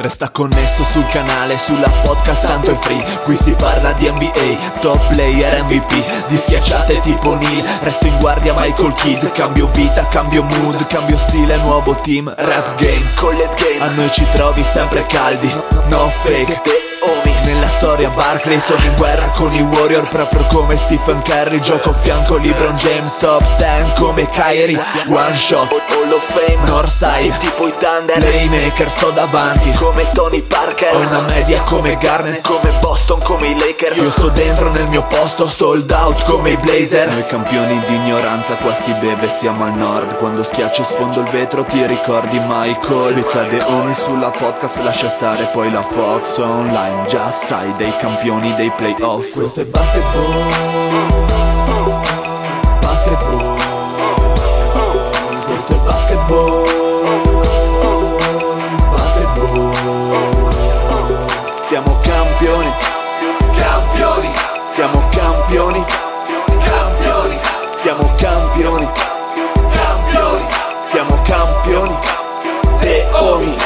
Resta connesso sul canale, sulla podcast tanto è free. Qui si parla di NBA, top player MVP, di schiacciate tipo Neil. Resto in guardia Michael Kidd. Cambio vita, cambio mood, cambio stile, nuovo team. Rap game, collet game, a noi ci trovi sempre caldi. No fake, nella storia Barkley, sono in guerra con i Warrior, proprio come Stephen Curry. Gioco a fianco LeBron James, top 10 come Kyrie. One shot, Hall of Fame, Northside, tipo i Thunder. Playmaker, sto davanti come Tony Parker. Ho una media come Garnett, come Boston, come i Lakers. Io sto dentro nel mio posto, sold out come i Blazer. Noi campioni di ignoranza, qua si beve, siamo al nord. Quando schiacci sfondo il vetro ti ricordi Michael. Mi cade ogni sulla podcast, lascia stare poi la Fox online. Già sai, dei campioni dei playoff. Questo è basketball, basketball. Questo è basketball, basketball. Siamo campioni, campioni. Siamo campioni, campioni. Siamo campioni, campioni. Siamo campioni, The Homies.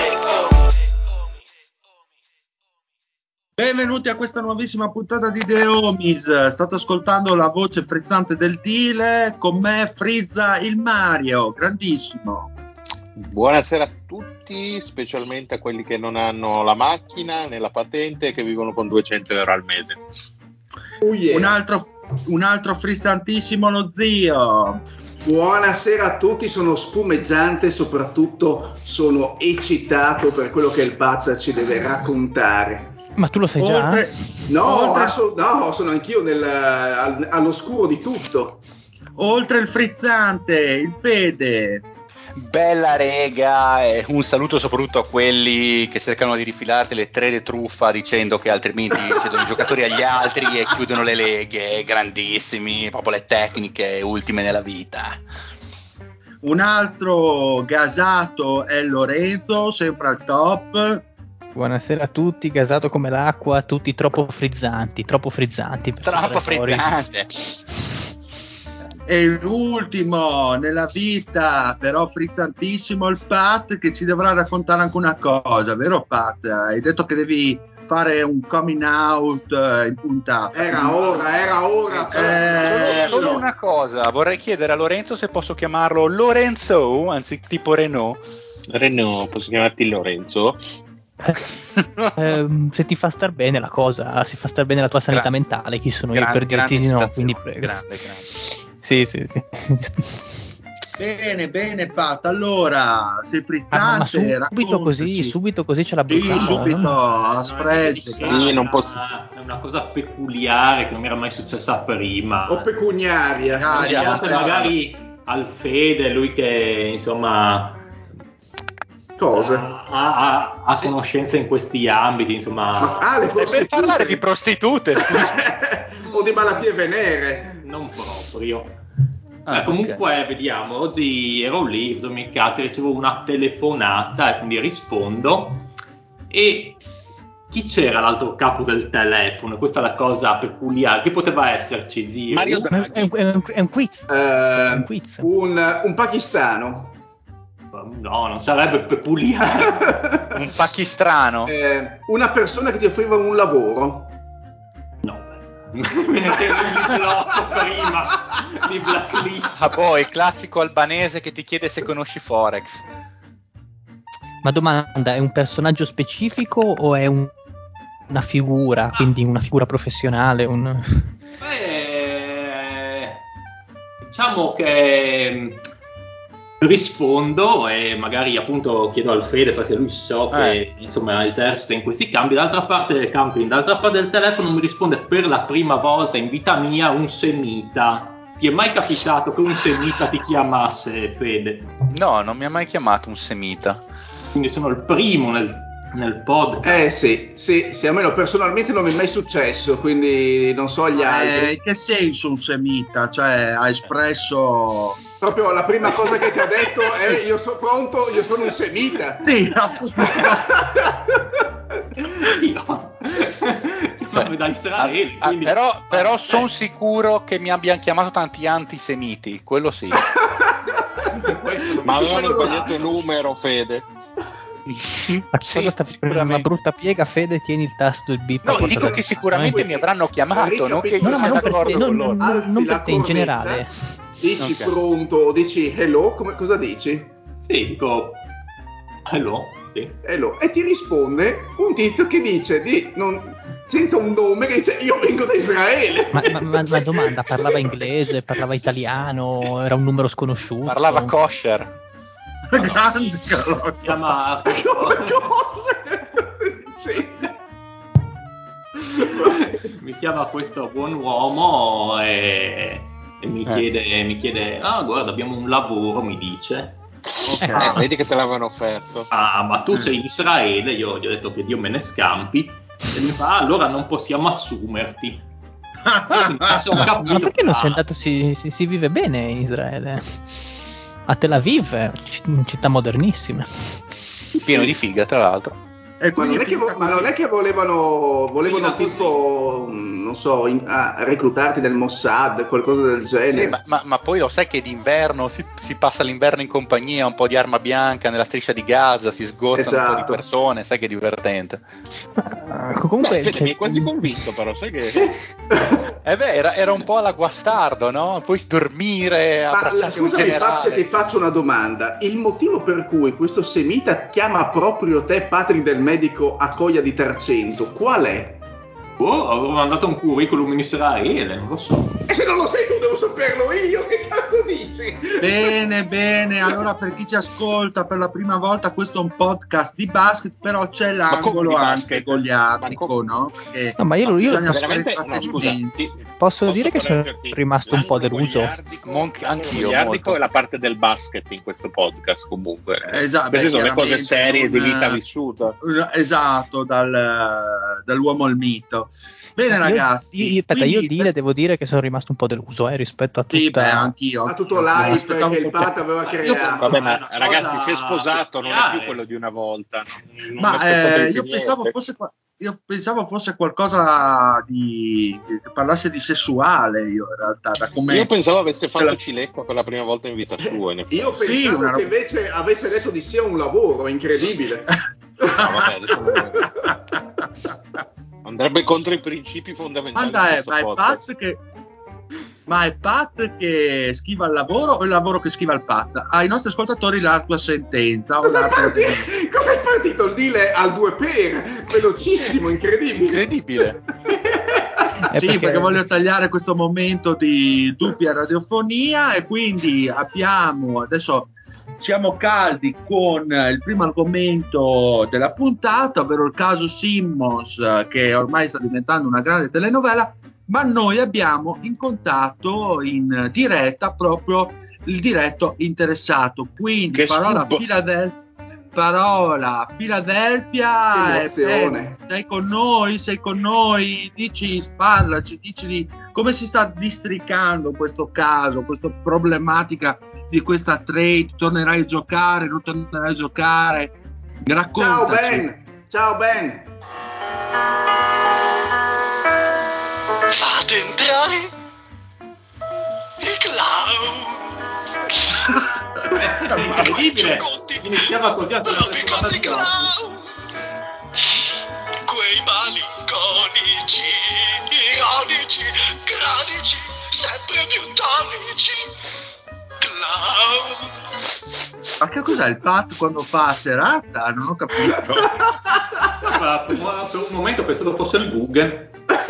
Benvenuti a questa nuovissima puntata di The Homies. State ascoltando la voce frizzante del Dile, con me frizza il Mario, grandissimo. Buonasera a tutti, specialmente a quelli che non hanno la macchina né la patente e che vivono con 200 euro al mese. Oh yeah. Un altro frizzantissimo, lo zio. Buonasera a tutti, sono spumeggiante e soprattutto sono eccitato per quello che il Pat ci deve raccontare. Ma tu lo sai già? No, sono anch'io all'oscuro di tutto. Oltre il frizzante, il Fede. Bella rega, e un saluto soprattutto a quelli che cercano di rifilarti le tre di truffa dicendo che altrimenti cedono i giocatori agli altri e chiudono le leghe. Grandissimi, proprio le tecniche ultime nella vita. Un altro gasato è Lorenzo, sempre al top. Buonasera a tutti, gasato come l'acqua, tutti troppo frizzanti. Troppo frizzante. E l'ultimo nella vita, però frizzantissimo, il Pat, che ci dovrà raccontare anche una cosa, vero Pat? Hai detto che devi fare un coming out in puntata. Era ora. Solo una cosa, vorrei chiedere a Lorenzo se posso chiamarlo Lorenzo, anzi tipo Renault. Renault, posso chiamarti Lorenzo? Se ti fa star bene la cosa, se fa star bene la tua sanità mentale, chi sono io per dirti di no, quindi prego. Grande. Sì. Bene Pat, allora sei frizzante, ma subito così ce la buttiamo. Sì, subito a sfregio. Sì, non posso. È una cosa peculiare che non mi era mai successa prima. O pecuniaria. Forse magari al Fede, lui che insomma ha conoscenza in questi ambiti, insomma. Per parlare di prostitute, scusa. O di malattie venere. Non proprio. Comunque okay. Vediamo, oggi ero lì, mi cazzo, ricevo una telefonata e quindi rispondo e chi c'era all'altro capo del telefono? Questa è la cosa peculiare, che poteva esserci, zio? Mario Draghi. È un quiz. Un pakistano. No, non sarebbe peculiare. Un pakistrano. Una persona che ti offriva un lavoro. Me ne tenevo il blocco prima di blacklist. Ah, poi il classico albanese che ti chiede se conosci Forex. Ma domanda, è un personaggio specifico o è una figura, quindi una figura professionale? Diciamo che rispondo e magari appunto chiedo al Fede, perché lui so che insomma esercita in questi campi. Dall'altra parte del camping, dall'altra parte del telefono mi risponde per la prima volta in vita mia un semita. Ti è mai capitato che un semita ti chiamasse, Fede? No, non mi ha mai chiamato un semita. Quindi sono il primo nel podcast. Sì, almeno personalmente non mi è mai successo, quindi non so gli altri. In che senso un semita? Cioè ha espresso... Proprio la prima cosa che ti ha detto è io sono pronto, io sono un semita. Sì, appunto. Da Israele, quindi... però sono sicuro che mi abbiano chiamato tanti antisemiti, quello sì. Ma avevano sbagliato il numero, Fede. Ma cosa sta per una brutta piega? Fede, tieni il tasto il beep. No, dico che sicuramente mi avranno chiamato, non che io no, sia ma d'accordo con loro. non per te in generale. Dici Okay. pronto, dici hello, cosa dici? Sì, dico hello, sì. Hello. E ti risponde un tizio che dice senza un nome, che dice io vengo da Israele. Ma domanda, parlava inglese, parlava italiano, era un numero sconosciuto? Parlava kosher. Grande Chiama mi chiama questo buon uomo e mi chiede guarda, abbiamo un lavoro, mi dice. Vedi che te l'avevano offerto. Ma tu sei in Israele? Io gli ho detto che Dio me ne scampi, e mi fa allora non possiamo assumerti. Ma perché non sei andato? Si vive bene in Israele, a Tel Aviv, città modernissime, Pieno di figa, tra l'altro. Ma non è che volevano tipo, non so, reclutarti nel Mossad, qualcosa del genere. Sì, ma poi lo sai che d'inverno si passa l'inverno in compagnia, un po' di arma bianca nella striscia di Gaza, si sgozzano un po' di persone, sai che è divertente. Comunque mi hai quasi convinto, però sai che era un po' alla Guastardo, no? Poi dormire, abbracciarsi un scusami generale. Paps, ti faccio una domanda. Il motivo per cui questo semita chiama proprio te Patrick del medico a Coia di Tarcento qual è? Avevo mandato un curriculum in Israele, non lo so. E se non lo sai tu devo saperlo io, che cazzo dici? Bene, allora per chi ci ascolta per la prima volta, questo è un podcast di basket, però c'è l'angolo anche goliardico, no? Perché no, ma io bisogna veramente fare no, scusa, posso dire che sono rimasto un po' deluso. Anch'io goliardico molto. è la parte del basket in questo podcast comunque. Esatto, queste sono le cose serie non, di vita vissuta. Esatto, dall'uomo al mito. Bene ragazzi, io devo dire che sono rimasto un po' deluso rispetto a tutta... Sì, anch'io. A tutto l'hype che il Pat aveva creato. Vabbè, ma ragazzi, si è sposato, non è più quello di una volta. Io pensavo fosse qualcosa che parlasse di sessuale, io in realtà. Io pensavo avesse fatto Cilecca per la prima volta in vita sua. Io pensavo che invece avesse detto di sì a un lavoro, incredibile. No, vabbè, adesso andrebbe contro i principi fondamentali di questo podcast. Ma è Pat che schiva il lavoro o il lavoro che schiva il Pat? Ai nostri ascoltatori la tua sentenza. Cos'è partito il deal al 2 per? Velocissimo, incredibile. Sì, perché voglio tagliare questo momento di dubbia radiofonia e quindi adesso siamo caldi con il primo argomento della puntata, ovvero il caso Simmons, che ormai sta diventando una grande telenovela, ma noi abbiamo incontrato in diretta proprio il diretto interessato, quindi parola Philadelphia, sei con noi, parlaci di come si sta districando questo caso, questa problematica di questa trade, tornerai a giocare, non tornerai a giocare, raccontaci. Ciao Ben. Fate entrare i clown. Incredibile. Iniziava così anche la presentata di clown. Quei malinconici, ironici, cronici, sempre più tonici. Clown. Ma che cos'è il Pat quando fa serata? Non ho capito. Per un momento pensavo fosse il Google.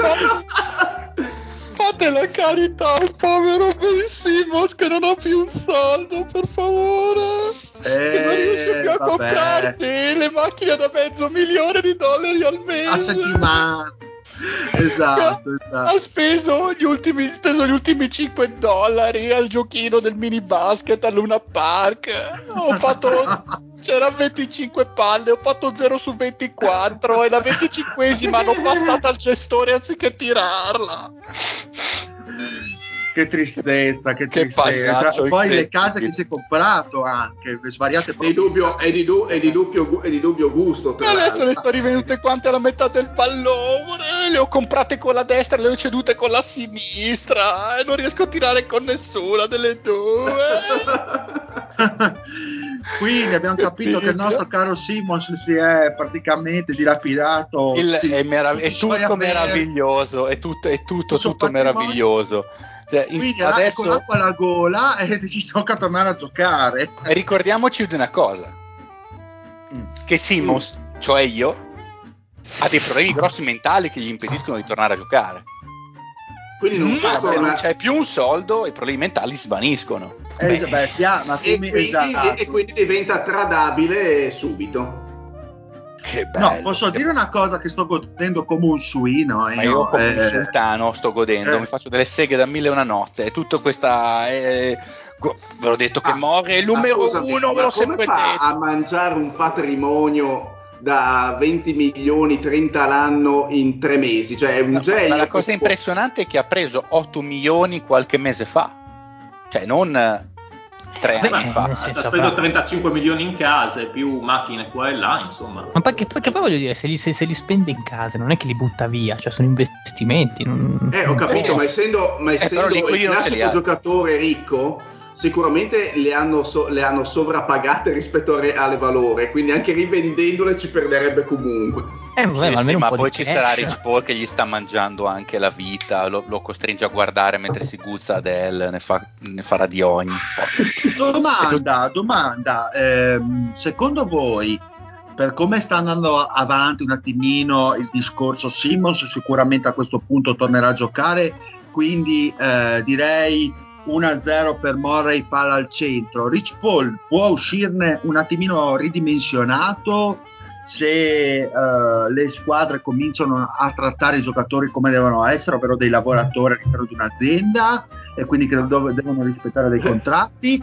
Fate la carità al povero Ben Simmons che non ha più un soldo, per favore. Che non riesce più a comprarsi le macchine da $500,000 al mese. A settimana. Esatto. Ha speso gli ultimi $5 al giochino del mini basket a Luna Park. C'era 25 palle, ho fatto 0 su 24 e la 25esima l'ho passata al gestore anziché tirarla. Che tristezza, che pagliaccio. Poi le case che si è comprato anche, svariate di dubbio gusto. Adesso le sto rivenute quante alla metà del pallone, le ho comprate con la destra, le ho cedute con la sinistra e non riesco a tirare con nessuna delle due. Quindi abbiamo capito che il nostro caro Simmons si è praticamente dilapidato. È tutto meraviglioso, è tutto meraviglioso. Cioè, quindi adesso con l'acqua alla gola e ci tocca tornare a giocare. E ricordiamoci di una cosa, che Simmons, cioè io, ha dei problemi grossi mentali che gli impediscono di tornare a giocare. Quindi se non c'è più un soldo, i problemi mentali svaniscono. E quindi diventa tradabile subito. Che bello. No, posso dire una cosa, che sto godendo come un suino. Io come un sultano sto godendo, mi faccio delle seghe da 1001 notte. È tutta questa. Ve l'ho detto che Mori è il numero uno. Ma come fa a mangiare un patrimonio da 20 milioni, 30 l'anno in 3 mesi? Cioè è un genio. Ma la cosa impressionante è che ha preso 8 milioni qualche mese fa, cioè non 3 anni fa. Ha speso 35 milioni in case più macchine qua e là, insomma. Ma perché poi voglio dire, se li spende in case non è che li butta via, cioè sono investimenti. Ho capito, ma essendo il classico giocatore ricco, sicuramente le hanno sovrappagate rispetto alle valore, quindi anche rivendendole ci perderebbe comunque. Ma poi ci sarà Rich Paul che gli sta mangiando anche la vita, lo costringe a guardare mentre si guzza Adele, ne farà di ogni. Domanda, secondo voi, per come sta andando avanti un attimino il discorso, Simmons sicuramente a questo punto tornerà a giocare, quindi direi 1-0 per Murray, palla al centro. Rich Paul può uscirne un attimino ridimensionato se le squadre cominciano a trattare i giocatori come devono essere, ovvero dei lavoratori all'interno di un'azienda, e quindi che devono rispettare dei contratti.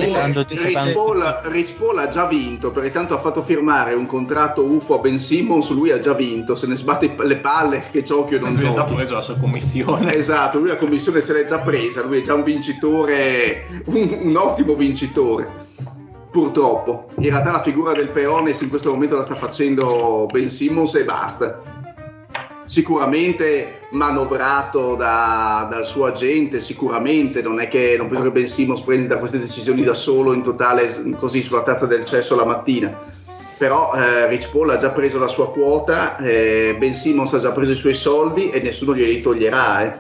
Rich Paul ha già vinto, perché tanto ha fatto firmare un contratto UFO a Ben Simmons, lui ha già vinto, se ne sbatte le palle che giochi o non giochi. Lui ha già preso la sua commissione. Esatto, lui la commissione se l'è già presa, lui è già un vincitore, un ottimo vincitore. Purtroppo, in realtà la figura del Peones in questo momento la sta facendo Ben Simmons e basta. Sicuramente manovrato dal suo agente, sicuramente non penso che Ben Simmons prenda queste decisioni da solo in totale, così sulla tazza del cesso la mattina. Però Rich Paul ha già preso la sua quota, Ben Simmons ha già preso i suoi soldi e nessuno glieli toglierà.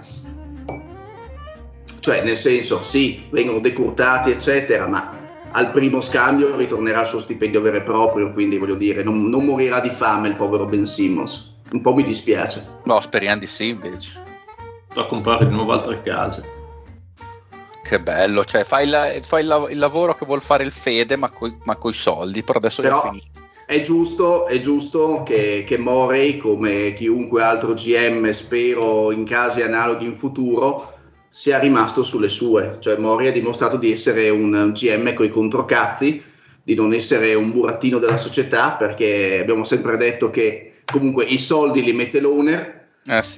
Cioè, nel senso, sì, vengono decurtati eccetera, ma al primo scambio ritornerà al suo stipendio vero e proprio, quindi voglio dire, non morirà di fame il povero Ben Simmons. Un po' mi dispiace. No, speriamo di sì invece. Sto a comprare di nuovo altre case. Che bello, cioè fai il lavoro che vuol fare il Fede, ma coi soldi, però adesso è finito. È giusto che Morey, come chiunque altro GM, spero in casi analoghi in futuro, sia rimasto sulle sue. Cioè Morey ha dimostrato di essere un GM coi controcazzi, di non essere un burattino della società, perché abbiamo sempre detto che comunque i soldi li mette l'owner. Sì.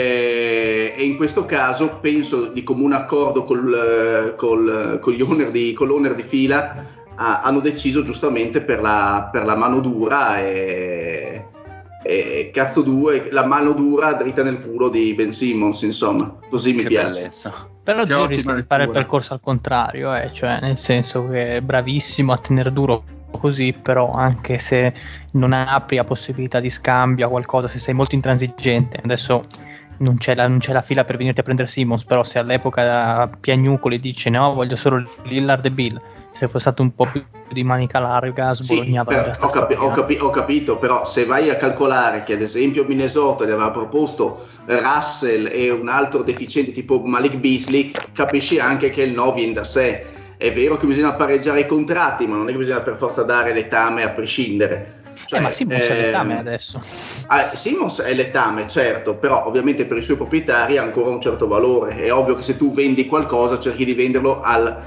E in questo caso penso di comune accordo con l'owner di fila hanno deciso giustamente per la mano dura e cazzo due, la mano dura dritta nel culo di Ben Simmons, insomma, così mi piace. Bellezza. Però Gio rischia di fare il percorso al contrario, cioè nel senso che è bravissimo a tenere duro così, però anche se non apri a possibilità di scambio a qualcosa, se sei molto intransigente, adesso non c'è la fila per venirti a prendere Simmons, però se all'epoca Piagnucoli dice no, voglio solo Lillard e Bill, se fosse stato un po' più di manica larga sbolognava già sta storia. Ho capito, però se vai a calcolare che ad esempio Minnesota gli aveva proposto Russell e un altro deficiente tipo Malik Beasley, capisci anche che il no viene da sé. È vero che bisogna pareggiare i contratti, ma non è che bisogna per forza dare letame a prescindere. Cioè, ma Simmons è letame adesso. Simmons è letame, certo, però ovviamente per i suoi proprietari ha ancora un certo valore. È ovvio che se tu vendi qualcosa cerchi di venderlo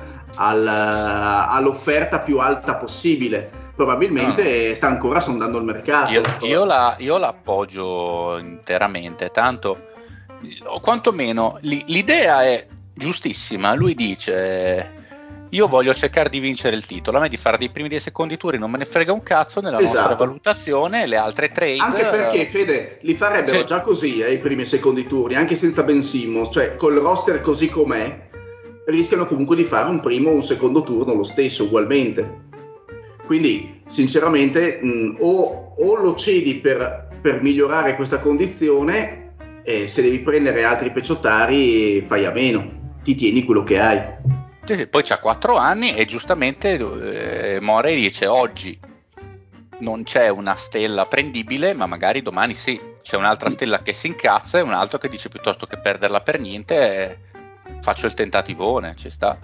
all'offerta più alta possibile. Probabilmente sta ancora sondando il mercato. Io la appoggio interamente, tanto o quantomeno l'idea è giustissima. Lui dice: io voglio cercare di vincere il titolo, a me di fare dei primi e dei secondi turni non me ne frega un cazzo, nella nostra valutazione le altre trade, anche perché Fede li farebbero già così i primi e secondi turni, anche senza Ben Simmons, cioè col roster così com'è rischiano comunque di fare un primo o un secondo turno lo stesso ugualmente. Quindi sinceramente o lo cedi per migliorare questa condizione, e se devi prendere altri peciottari fai a meno, ti tieni quello che hai. Sì, poi c'ha 4 anni e giustamente Morey dice oggi non c'è una stella prendibile, ma magari domani sì, c'è un'altra stella che si incazza e un altro che dice piuttosto che perderla per niente faccio il tentativone, ci sta.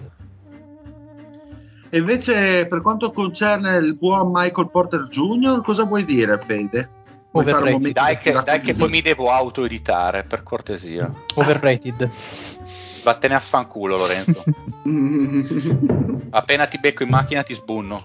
E invece per quanto concerne il buon Michael Porter Jr., cosa vuoi dire, Fede? Vuoi fare un momento Dai di che poi mi devo autoeditare, per cortesia. Overrated. Vattene a fanculo, Lorenzo. Appena ti becco in macchina ti sbunno.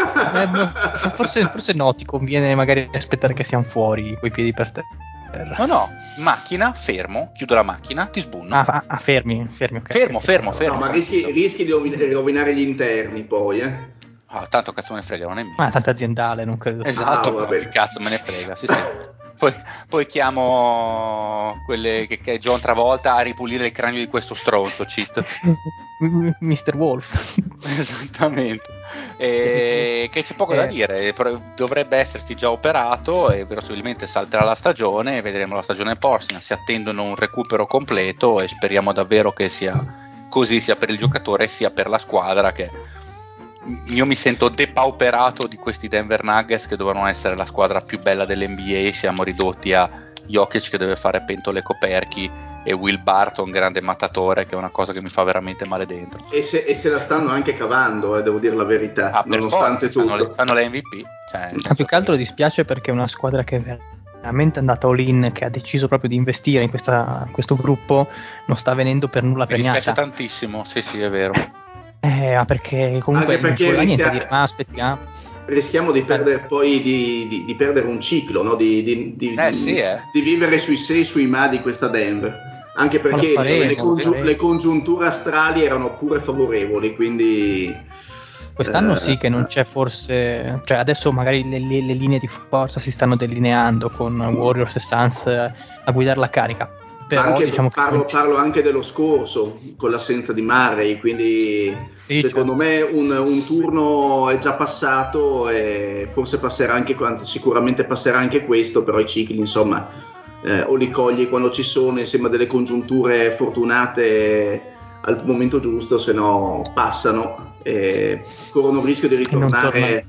Forse no, ti conviene magari aspettare che siamo fuori coi piedi per terra. No, macchina, fermo, chiudo la macchina, ti sbunno. Fermi, ok. Fermo. No, ma rischi di rovinare gli interni poi, Tanto cazzo me ne frega, non è mio. Ma tanto aziendale, non credo. Esatto, che cazzo me ne frega, sì. Poi chiamo quelle che John Travolta a ripulire il cranio di questo stronzo, cheat. Mr. Wolf. Esattamente. Che c'è poco da dire, dovrebbe essersi già operato e verosimilmente salterà la stagione e vedremo la stagione prossima. Si attendono un recupero completo e speriamo davvero che sia così, sia per il giocatore sia per la squadra, che io mi sento depauperato di questi Denver Nuggets che dovevano essere la squadra più bella dell'NBA. Siamo ridotti a Jokic che deve fare pentole coperchi e Will Barton, grande mattatore, che è una cosa che mi fa veramente male dentro. E se la stanno anche cavando, devo dire la verità, nonostante tutto. Fanno le MVP. Più che altro dispiace perché è una squadra che è veramente andata all in, che ha deciso proprio di investire in questo gruppo, non sta venendo per nulla premiata. Mi dispiace tantissimo, sì, è vero. Ma perché comunque non ci vuole niente dire, ma aspettiamo. Rischiamo di perdere poi di perdere un ciclo, no? di vivere sui se e sui ma di questa Denver. Anche perché le congiunture astrali erano pure favorevoli, quindi quest'anno sì che non c'è forse, cioè adesso magari le linee di forza si stanno delineando con Warriors e Suns a guidare la carica. Però anche, diciamo parlo anche dello scorso con l'assenza di Murray, quindi sì, secondo me un turno è già passato e forse passerà anche, anzi sicuramente passerà anche questo, però i cicli insomma o li cogli quando ci sono insieme a delle congiunture fortunate al momento giusto, se no passano e corrono il rischio di ritornare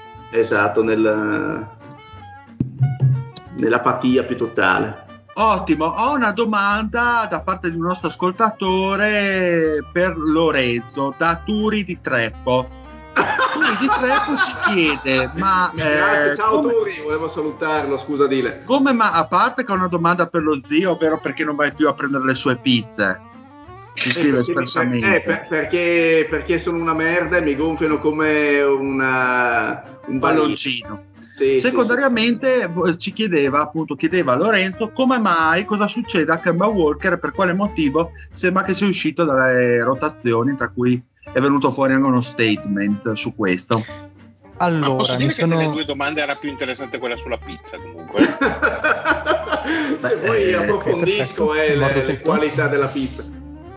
nell'apatia più totale. Ottimo, ho una domanda da parte di un nostro ascoltatore per Lorenzo da Turi di Treppo. Turi di Treppo ci chiede, ma grazie, ciao Turi, volevo salutarlo, scusa Dile. Come, ma a parte che ho una domanda per lo zio, ovvero perché non vai più a prendere le sue pizze? Ci scrive espressamente. Perché sono una merda e mi gonfiano come un palloncino. Sì, secondariamente ci chiedeva a Lorenzo come mai, cosa succede a Kemba Walker e per quale motivo sembra che sia uscito dalle rotazioni, tra cui è venuto fuori anche uno statement su questo. Allora, posso dire che delle due domande era più interessante quella sulla pizza comunque. Se poi approfondisco le qualità della pizza.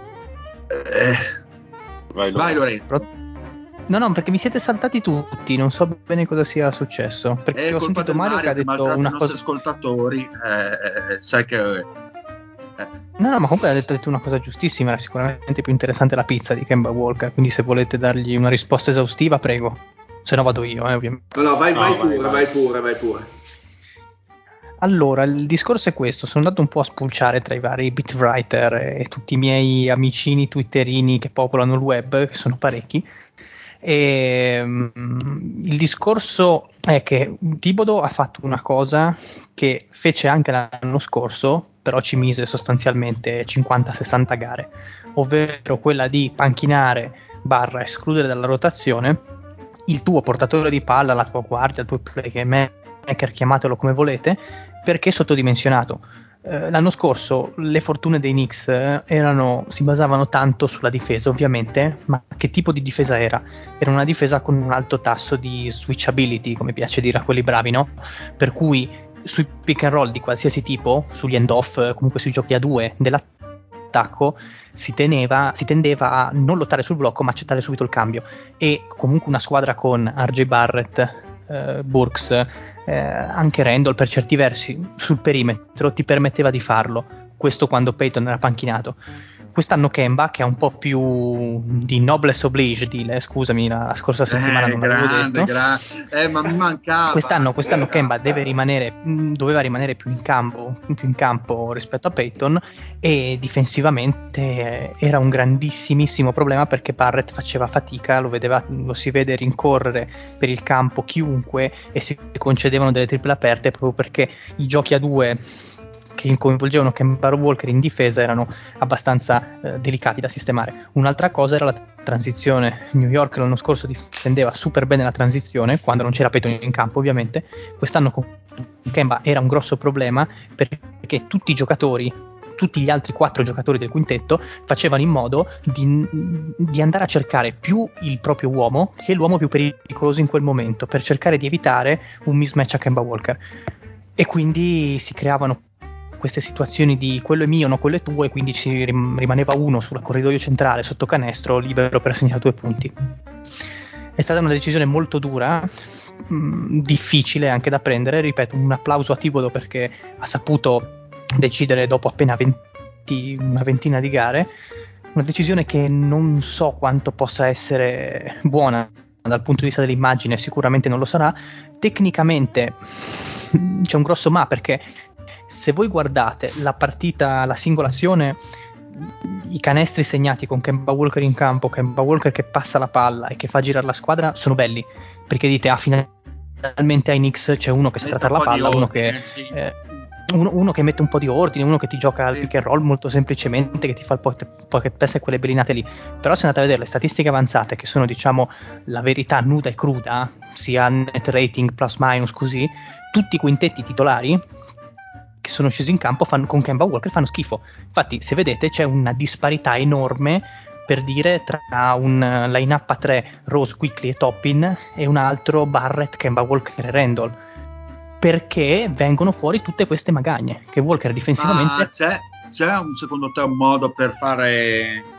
Vai Lorenzo. No, perché mi siete saltati tutti, non so bene cosa sia successo. Perché ho sentito Mario che ha detto una cosa. I ascoltatori, sai che. No, ma comunque ha detto una cosa giustissima. Era sicuramente più interessante la pizza di Kemba Walker. Quindi, se volete dargli una risposta esaustiva, prego. Se no, vado io, ovviamente. No, vai pure. Allora, il discorso è questo. Sono andato un po' a spulciare tra i vari beat writer e tutti i miei amicini twitterini che popolano il web, che sono parecchi. E il discorso è che Thibodeau ha fatto una cosa che fece anche l'anno scorso, però ci mise sostanzialmente 50-60 gare, ovvero quella di panchinare / escludere dalla rotazione il tuo portatore di palla, la tua guardia, il tuo playmaker, chiamatelo come volete, perché è sottodimensionato. L'anno scorso le fortune dei Knicks si basavano tanto sulla difesa, ovviamente, ma che tipo di difesa era? Era una difesa con un alto tasso di switchability, come piace dire a quelli bravi, no? Per cui sui pick and roll di qualsiasi tipo, sugli end off, comunque sui giochi a due attacco si tendeva a non lottare sul blocco ma accettare subito il cambio, e comunque una squadra con RJ Barrett, Burks, anche Randall per certi versi sul perimetro ti permetteva di farlo, questo quando Peyton era panchinato. Quest'anno Kemba, che ha un po' più di noblesse oblige, scusami, la scorsa settimana non l'avevo detto. Ma mi mancava. Quest'anno Kemba doveva rimanere più in campo rispetto a Peyton, e difensivamente era un grandissimissimo problema perché Barrett faceva fatica, lo si vede rincorrere per il campo chiunque e si concedevano delle triple aperte proprio perché i giochi a due che coinvolgevano Kemba Walker in difesa erano abbastanza delicati da sistemare. Un'altra cosa era la transizione. New York l'anno scorso difendeva super bene la transizione quando non c'era Peyton in campo, ovviamente. Quest'anno con Kemba era un grosso problema perché tutti gli altri 4 giocatori del quintetto facevano in modo di andare a cercare più il proprio uomo che l'uomo più pericoloso in quel momento, per cercare di evitare un mismatch a Kemba Walker, e quindi si creavano queste situazioni di quello è mio, no quello è tuo, e quindi ci rimaneva uno sul corridoio centrale sotto canestro libero per segnare 2 punti. È stata una decisione molto dura, difficile anche da prendere, ripeto, un applauso a Thibodeau perché ha saputo decidere dopo appena una ventina di gare, una decisione che non so quanto possa essere buona dal punto di vista dell'immagine, sicuramente non lo sarà. Tecnicamente c'è un grosso ma, perché se voi guardate la partita, la singolazione, i canestri segnati con Kemba Walker in campo, Kemba Walker che passa la palla e che fa girare la squadra, sono belli, perché dite finalmente ai Knicks c'è uno che sa trattare la palla, uno che mette un po' di ordine, uno che ti gioca al pick and roll molto semplicemente, che ti fa il pocket pass e quelle bellinate lì. Però se andate a vedere le statistiche avanzate, che sono diciamo la verità nuda e cruda, sia net rating plus minus così, tutti i quintetti titolari che sono scesi in campo con Kemba Walker fanno schifo. Infatti se vedete c'è una disparità enorme, per dire, tra un line-up a 3 Rose, Quickley e Toppin e un altro Barrett, Kemba Walker e Randall, perché vengono fuori tutte queste magagne che Walker difensivamente... Ma c'è secondo te un modo per fare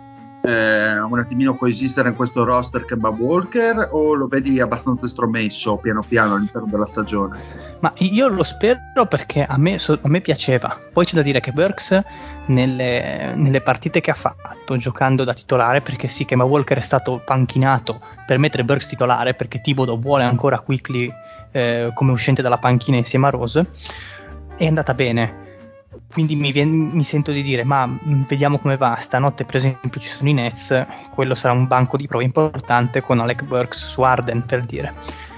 un attimino coesistere in questo roster Kemba Walker, o lo vedi abbastanza estromesso piano piano all'interno della stagione? Ma io lo spero, perché a me piaceva. Poi c'è da dire che Burks nelle partite che ha fatto giocando da titolare, perché sì, Kemba Walker è stato panchinato per mettere Burks titolare perché Thibodeau vuole ancora Quickley come uscente dalla panchina insieme a Rose, è andata bene. Quindi mi sento di dire, ma vediamo come va. Stanotte per esempio ci sono i Nets, quello sarà un banco di prova importante con Alec Burks su Harden, per dire.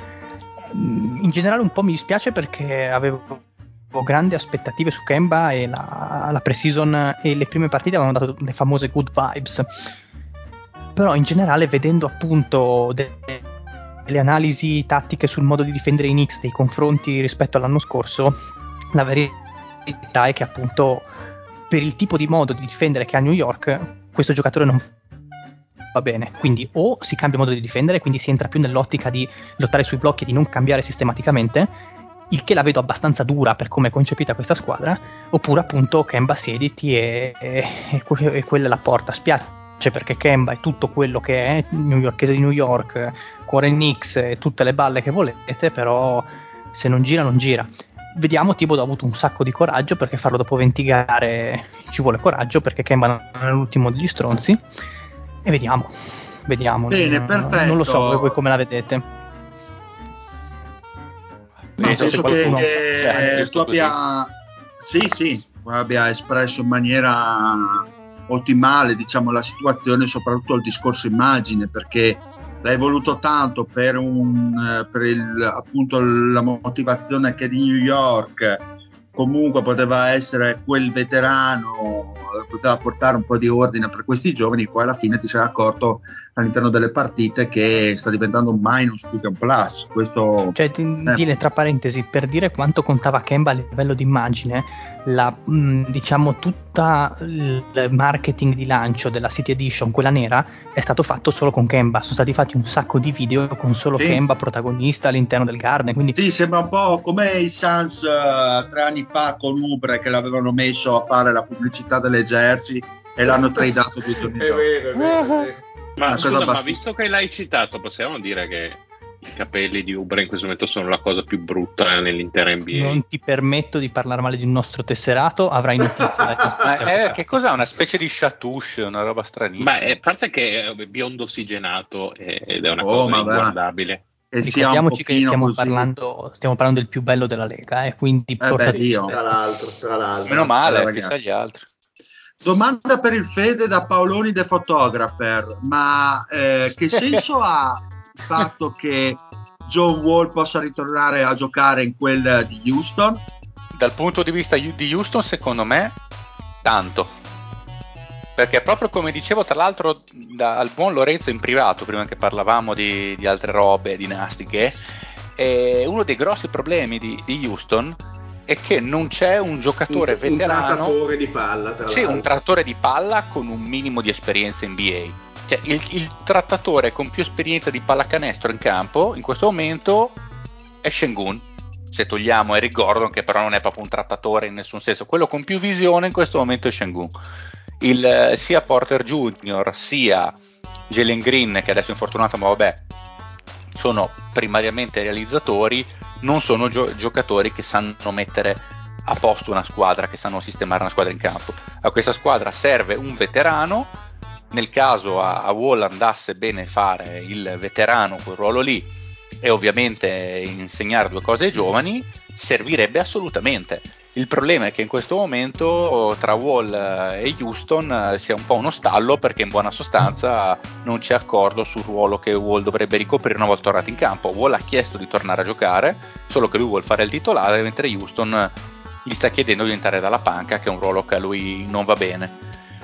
In generale un po' mi dispiace perché avevo grandi aspettative su Kemba, e la pre-season e le prime partite avevano dato le famose good vibes. Però in generale, vedendo appunto delle analisi tattiche sul modo di difendere i Knicks, dei confronti rispetto all'anno scorso, la verità è che appunto per il tipo di modo di difendere che ha New York, questo giocatore non va bene. Quindi o si cambia modo di difendere, quindi si entra più nell'ottica di lottare sui blocchi e di non cambiare sistematicamente, il che la vedo abbastanza dura per come è concepita questa squadra, oppure appunto Kemba si editi e quella è la porta. Spiace perché Kemba è tutto quello che è, newyorkese di New York, cuore Knicks e tutte le balle che volete, però se non gira non gira. Vediamo, Thibodeau ha avuto un sacco di coraggio, perché farlo dopo 20 gare ci vuole coraggio, perché Kemba non è l'ultimo degli stronzi, e vediamo. Bene, perfetto. Non lo so voi come la vedete. Penso che tu abbia espresso in maniera ottimale, diciamo, la situazione, soprattutto il discorso immagine, perché l'hai voluto tanto per appunto la motivazione che di New York comunque poteva essere quel veterano, poteva portare un po' di ordine per questi giovani. Poi alla fine ti sei accorto all'interno delle partite, che sta diventando un minus più che un plus. Questo, cioè, dire tra parentesi, per dire quanto contava Kemba a livello di immagine, diciamo tutta il marketing di lancio della City Edition, quella nera, è stato fatto solo con Kemba. Sono stati fatti un sacco di video con solo Kemba protagonista all'interno del Garden, quindi sì, sembra un po' come i Suns 3 anni fa con Ubre, che l'avevano messo a fare la pubblicità delle jersey e l'hanno tradato 2 giorni dopo. È vero. Ma scusa, ma visto che l'hai citato, possiamo dire che i capelli di Ubre in questo momento sono la cosa più brutta nell'intera NBA? non ti permetto di parlare male di un nostro tesserato, avrai notizie. Che cos'è? Una specie di chatouche, una roba stranissima. Ma a parte che è biondo ossigenato ed è una cosa inguardabile. E ricordiamoci che stiamo parlando del più bello della Lega, quindi tra l'altro. Meno male, chissà gli altri. Domanda per il Fede da Paoloni The Photographer, ma che senso ha il fatto che John Wall possa ritornare a giocare in quel di Houston? Dal punto di vista di Houston, secondo me, tanto. Perché proprio come dicevo, tra l'altro, al buon Lorenzo in privato, prima che parlavamo di altre robe dinastiche, uno dei grossi problemi di Houston è che non c'è un giocatore veterano, un trattatore di palla, un trattatore di palla con un minimo di esperienza NBA. Cioè il trattatore con più esperienza di pallacanestro in campo in questo momento è Sengun, se togliamo Eric Gordon, che però non è proprio un trattatore in nessun senso. Quello con più visione in questo momento è Sengun. Sia Porter Jr. sia Jalen Green, che adesso è infortunato, ma vabbè, sono primariamente realizzatori, non sono giocatori che sanno mettere a posto una squadra, che sanno sistemare una squadra in campo. A questa squadra serve un veterano. Nel caso a Wall andasse bene fare il veterano, quel ruolo lì, e ovviamente insegnare due cose ai giovani, servirebbe assolutamente. Il problema è che in questo momento tra Wall e Houston sia un po' uno stallo, perché in buona sostanza non c'è accordo sul ruolo che Wall dovrebbe ricoprire una volta tornato in campo. Wall ha chiesto di tornare a giocare, solo che lui vuole fare il titolare, mentre Houston gli sta chiedendo di entrare dalla panca, che è un ruolo che a lui non va bene.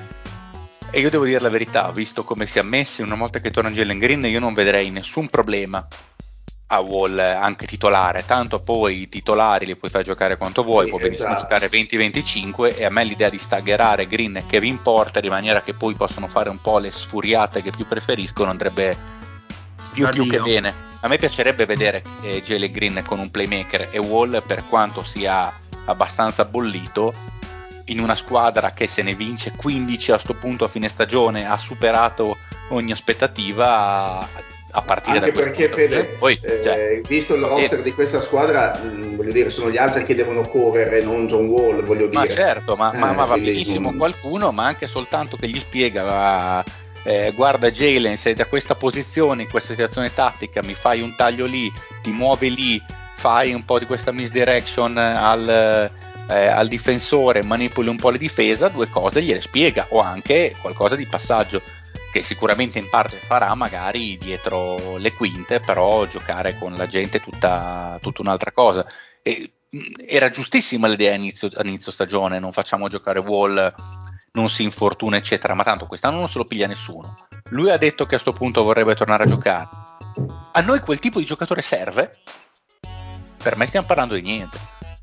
E io devo dire la verità, visto come si è messi, una volta che torna Jalen Green, io non vedrei nessun problema a Wall anche titolare, tanto poi i titolari li puoi far giocare quanto vuoi, puoi benissimo giocare 20-25, e a me l'idea di staggerare Green e Kevin Porter in maniera che poi possono fare un po' le sfuriate che più preferiscono andrebbe più che bene. A me piacerebbe vedere Jalen Green con un playmaker e Wall, per quanto sia abbastanza bollito, in una squadra che se ne vince 15 a sto punto a fine stagione, ha superato ogni aspettativa a partire anche da questo perché punto. Fede, Poi, visto il roster di questa squadra, voglio dire, sono gli altri che devono correre, non John Wall, voglio dire. Ma certo, ma va benissimo qualcuno, ma anche soltanto che gli spiega guarda Jalen, sei da questa posizione, in questa situazione tattica, mi fai un taglio lì, ti muovi lì, fai un po' di questa misdirection al difensore, manipoli un po' la difesa, due cose gliele spiega, o anche qualcosa di passaggio che sicuramente in parte farà magari dietro le quinte, però giocare con la gente è tutta un'altra cosa. E era giustissima l'idea a inizio stagione, non facciamo giocare Wall, non si infortuna eccetera, ma tanto quest'anno non se lo piglia nessuno. Lui ha detto che a sto punto vorrebbe tornare a giocare. A noi quel tipo di giocatore serve? Per me stiamo parlando di niente.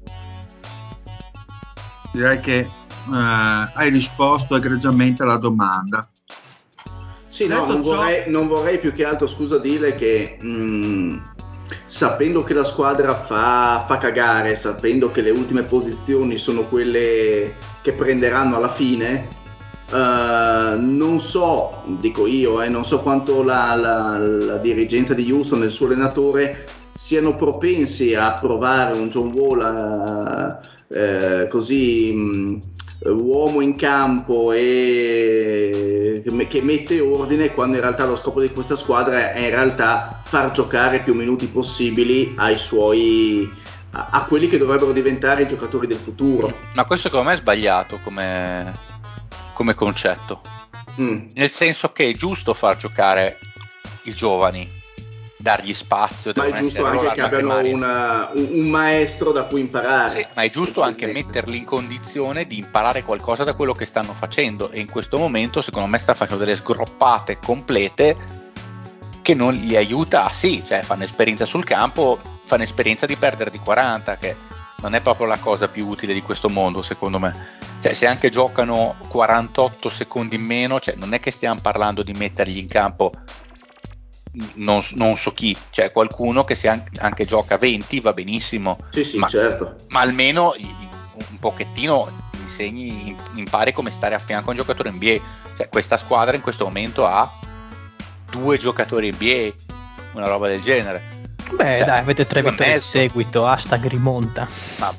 Direi che hai risposto egregiamente alla domanda. Sì, no, non vorrei più che altro, scusa, dire che sapendo che la squadra fa cagare, sapendo che le ultime posizioni sono quelle che prenderanno alla fine, non so, dico io, non so quanto la dirigenza di Houston e il suo allenatore siano propensi a provare un John Wall così uomo in campo e che mette ordine, quando in realtà lo scopo di questa squadra è in realtà far giocare più minuti possibili ai suoi a quelli che dovrebbero diventare i giocatori del futuro. Ma questo secondo me è sbagliato come concetto, nel senso che è giusto far giocare i giovani, dargli spazio, ma è giusto anche che abbiano un maestro da cui imparare. Sì, ma è giusto anche metterli in condizione di imparare qualcosa da quello che stanno facendo, e in questo momento secondo me sta facendo delle sgroppate complete che non li aiuta, sì, cioè fanno esperienza sul campo, fanno esperienza di perdere di 40, che non è proprio la cosa più utile di questo mondo, secondo me. Cioè, se anche giocano 48 secondi in meno, cioè non è che stiamo parlando di mettergli in campo non so chi, cioè qualcuno che se anche gioca 20 va benissimo, Sì, ma, certo. ma almeno un pochettino impari come stare a fianco a un giocatore NBA. Cioè, questa squadra in questo momento ha 2 giocatori NBA, una roba del genere. Beh, cioè, dai, avete 3 vittorie di seguito, hashtag rimonta. Ma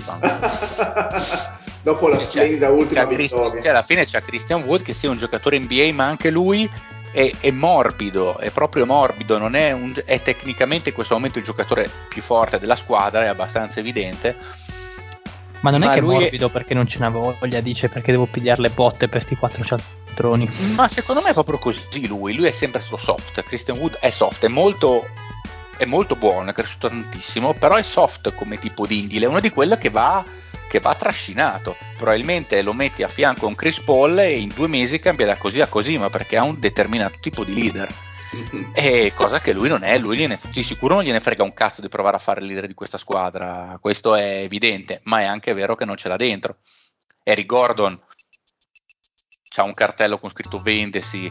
basta. Dopo la splendida ultima vittoria. Cioè, alla fine c'è Christian Wood che sia un giocatore NBA, ma anche lui è morbido, è proprio morbido, non è è tecnicamente in questo momento il giocatore più forte della squadra, è abbastanza evidente. Ma non è che è morbido perché non ce n'ha voglia, dice perché devo pigliare le botte per sti 4 cialtroni. Ma secondo me è proprio così lui è sempre stato soft. Christian Wood è soft, è molto buono, è cresciuto tantissimo, però è soft come tipo di indile, è uno di quelli che va trascinato. Probabilmente lo metti a fianco a un Chris Paul e in 2 mesi cambia da così a così, ma perché ha un determinato tipo di leader. E cosa che lui non è, di sicuro non gliene frega un cazzo di provare a fare il leader di questa squadra, questo è evidente, ma è anche vero che non ce l'ha dentro. Eric Gordon c'ha un cartello con scritto vendesi,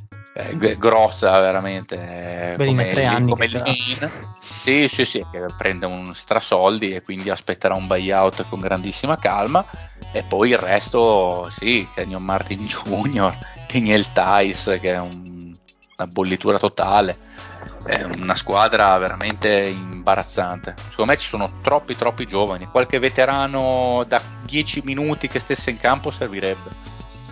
grossa veramente, come il sì, che prende un strasoldi e quindi aspetterà un buyout con grandissima calma, e poi il resto sì, Kenyon Martin Jr., Daniel Tice che è una bollitura totale, è una squadra veramente imbarazzante. Secondo me ci sono troppi giovani, qualche veterano da 10 minuti che stesse in campo servirebbe.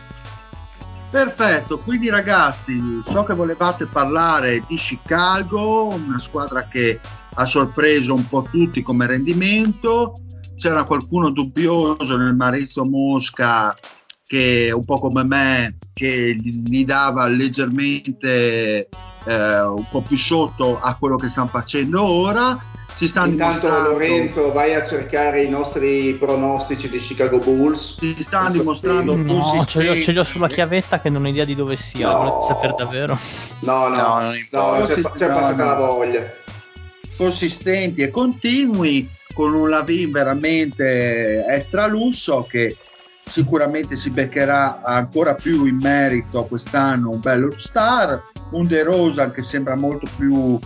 Perfetto, quindi ragazzi, so che volevate parlare di Chicago, una squadra che ha sorpreso un po' tutti come rendimento. C'era qualcuno dubbioso nel Maurizio Mosca, che un po' come me, che gli dava leggermente un po' più sotto a quello che stanno facendo ora. Intanto Lorenzo, vai a cercare i nostri pronostici di Chicago Bulls. Si stanno dimostrando consistenti. Ce li ho sulla chiavetta che non ho idea di dove sia. Volete sapere davvero? No, c'è passata la voglia. Consistenti e continui, con un Lavin veramente extra lusso che sicuramente si beccherà ancora più in merito quest'anno un bello star, un DeRozan che sembra molto più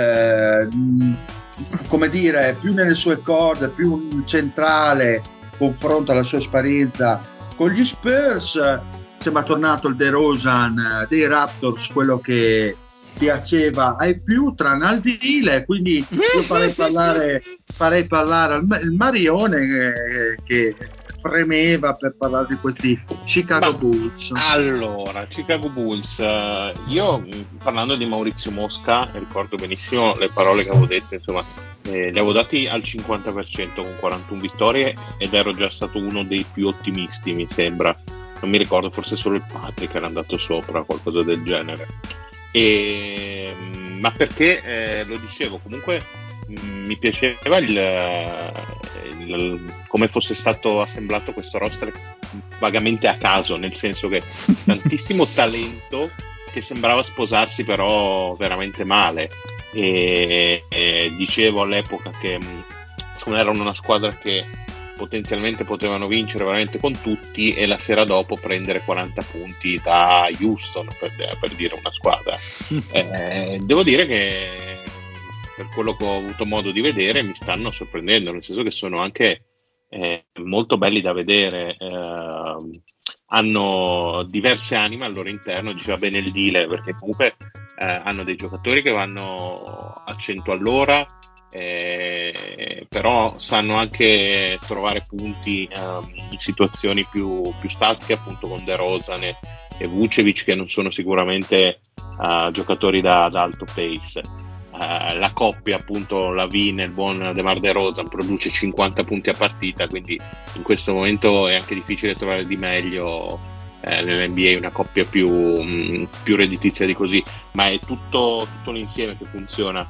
come dire, più nelle sue corde, più centrale confronto alla sua esperienza con gli Spurs. Sembra tornato il DeRozan dei Raptors, quello che piaceva ai più tra Naldile, quindi io farei parlare il Marione che fremeva per parlare di questi Chicago Bulls. Allora, Chicago Bulls, io parlando di Maurizio Mosca ricordo benissimo le parole che avevo detto, insomma, li avevo dati al 50% con 41 vittorie ed ero già stato uno dei più ottimisti, mi sembra. Non mi ricordo, forse solo il Patrick era andato sopra, qualcosa del genere. Ma perché lo dicevo, comunque mi piaceva come fosse stato assemblato questo roster vagamente a caso, nel senso che tantissimo talento che sembrava sposarsi però veramente male, e dicevo all'epoca che erano una squadra che potenzialmente potevano vincere veramente con tutti e la sera dopo prendere 40 punti da Houston, per dire una squadra. Devo dire che per quello che ho avuto modo di vedere mi stanno sorprendendo, nel senso che sono anche molto belli da vedere, hanno diverse anime al loro interno, diceva bene il Dile, perché comunque hanno dei giocatori che vanno a 100 all'ora, però sanno anche trovare punti in situazioni più statiche, appunto con DeRozan e Vucevic, che non sono sicuramente giocatori da alto pace. La coppia, appunto, Lavin e il buon DeMar DeRozan produce 50 punti a partita, quindi in questo momento è anche difficile trovare di meglio nell'NBA una coppia più redditizia di così, ma è tutto l'insieme che funziona.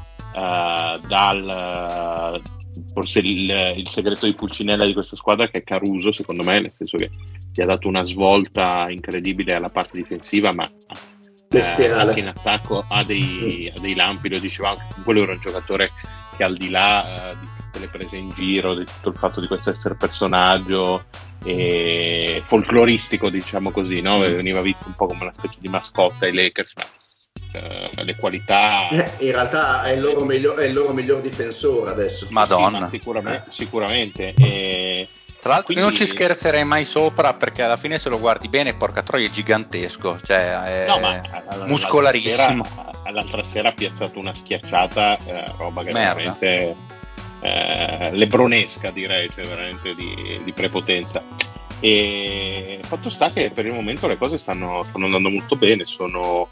Forse il segreto di Pulcinella di questa squadra, che è Caruso, secondo me, nel senso che gli ha dato una svolta incredibile alla parte difensiva, ma bestiale. Anche in attacco ha dei lampi, lo dicevamo, quello era un giocatore che al di là di tutte le prese in giro, di tutto il fatto di questo essere personaggio folcloristico, diciamo così, no? Veniva visto un po' come una specie di mascotta ai Lakers, ma le qualità in realtà è il loro miglior difensore adesso. Madonna, sì, ma sicuramente. Tra l'altro quindi... io non ci scherzerei mai sopra, perché alla fine se lo guardi bene, porca troia, è gigantesco, cioè è muscolarissimo. L'altra sera ha piazzato una schiacciata, roba che Merda. veramente lebronesca, direi, cioè veramente di prepotenza. E fatto sta che per il momento le cose stanno andando molto bene, sono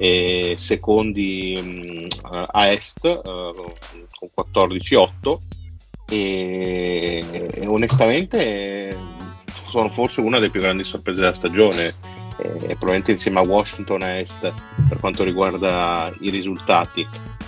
secondi a est con 14-8 e onestamente sono forse una delle più grandi sorprese della stagione, probabilmente insieme a Washington a est per quanto riguarda i risultati.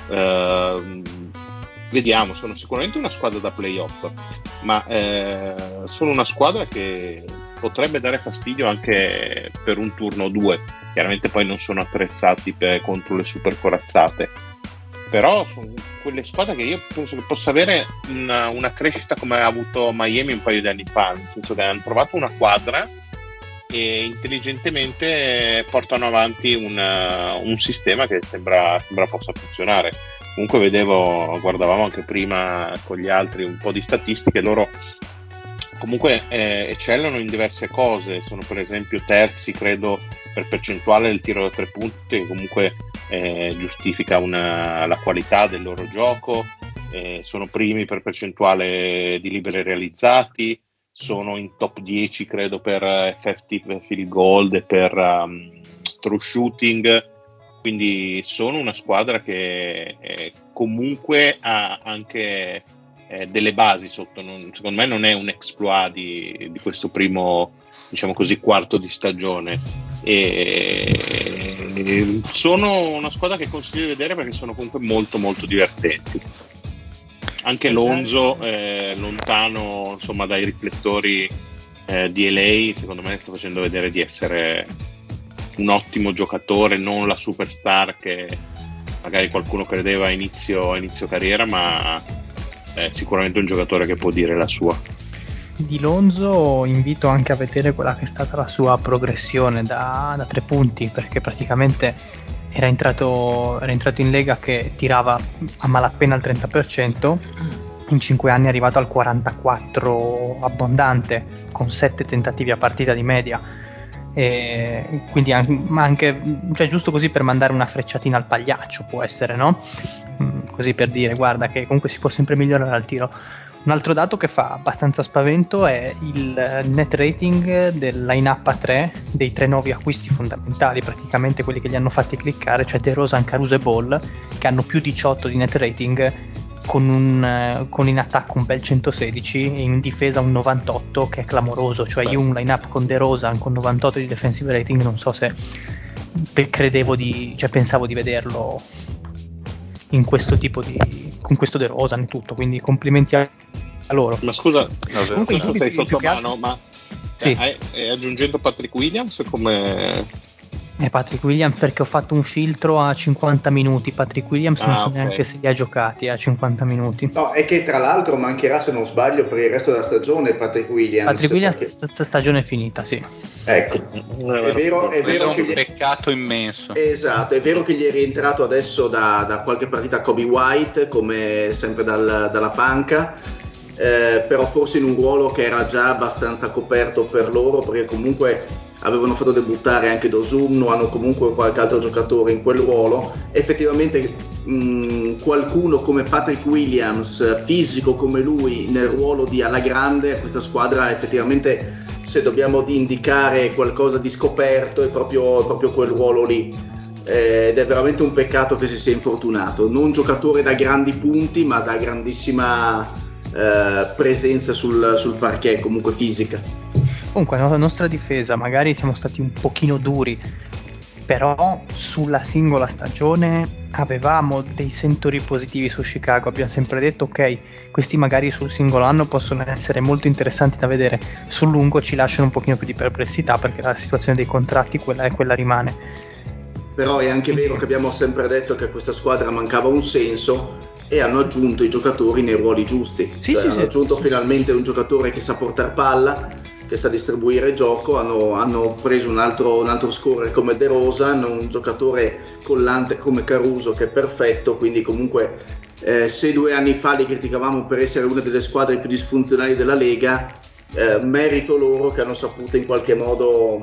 Vediamo, sono sicuramente una squadra da playoff, ma sono una squadra che potrebbe dare fastidio anche per un turno o due. Chiaramente poi non sono attrezzati contro le super corazzate, però sono quelle squadre che io penso che possa avere una crescita come ha avuto Miami un paio di anni fa, nel senso che hanno trovato una quadra e intelligentemente portano avanti un sistema che sembra possa funzionare. Comunque guardavamo anche prima con gli altri un po' di statistiche, loro comunque eccellono in diverse cose, sono per esempio terzi credo per percentuale del tiro da 3 punti, che comunque giustifica la qualità del loro gioco, sono primi per percentuale di liberi realizzati, sono in top 10 credo per effective field goal e per true shooting, quindi sono una squadra che comunque ha anche delle basi sotto, secondo me non è un exploit di questo primo, diciamo così, quarto di stagione, e sono una squadra che consiglio di vedere perché sono comunque molto molto divertenti. Anche Lonzo lontano insomma dai riflettori di LA, secondo me sta facendo vedere di essere un ottimo giocatore, non la superstar che magari qualcuno credeva a inizio carriera, ma è sicuramente un giocatore che può dire la sua. Di Lonzo invito anche a vedere quella che è stata la sua progressione da 3 punti, perché praticamente era entrato in Lega che tirava a malapena il 30%, in 5 anni è arrivato al 44% abbondante, con 7 tentativi a partita di media, e quindi anche cioè giusto così per mandare una frecciatina al pagliaccio, può essere, no? Così per dire, guarda che comunque si può sempre migliorare al tiro. Un altro dato che fa abbastanza spavento è il net rating del line-up a 3 dei 3 nuovi acquisti fondamentali, praticamente quelli che li hanno fatti cliccare, cioè DeRozan, Caruso e Ball, che hanno più 18 di net rating, con in attacco un bel 116 e in difesa un 98, che è clamoroso. Cioè io un line-up con DeRozan con 98 di defensive rating non so se pensavo di vederlo in questo tipo con questo DeRozan e tutto, quindi complimenti a loro. Ma scusa, comunque tu sei sotto mano, ma sì. Aggiungendo Patrick Williams come... Patrick Williams, perché ho fatto un filtro a 50 minuti. Patrick Williams non so neanche se li ha giocati a 50 minuti. No, è che tra l'altro mancherà, se non sbaglio, per il resto della stagione Patrick Williams. Perché... stagione è finita, sì. Ecco, è vero che un peccato immenso. Esatto, è vero che gli è rientrato adesso da qualche partita Kobe White, come sempre dalla panca, però forse in un ruolo che era già abbastanza coperto per loro, perché comunque avevano fatto debuttare anche Dozumno, hanno comunque qualche altro giocatore in quel ruolo. Effettivamente qualcuno come Patrick Williams, fisico come lui, nel ruolo di alla grande, a questa squadra effettivamente, se dobbiamo indicare qualcosa di scoperto, è proprio quel ruolo lì, ed è veramente un peccato che si sia infortunato. Non giocatore da grandi punti, ma da grandissima presenza sul parquet, comunque fisica. Comunque la nostra difesa, magari siamo stati un pochino duri, però sulla singola stagione avevamo dei sentori positivi su Chicago. Abbiamo sempre detto ok, questi magari sul singolo anno possono essere molto interessanti da vedere, sul lungo ci lasciano un pochino più di perplessità, perché la situazione dei contratti quella rimane. però è anche vero che abbiamo sempre detto che a questa squadra mancava un senso e hanno aggiunto i giocatori nei ruoli giusti. Hanno aggiunto finalmente un giocatore che sa portare palla, che sa distribuire gioco, hanno preso un altro scorer come De Rozan, un giocatore collante come Caruso che è perfetto, quindi comunque se 2 anni fa li criticavamo per essere una delle squadre più disfunzionali della Lega, merito loro che hanno saputo in qualche modo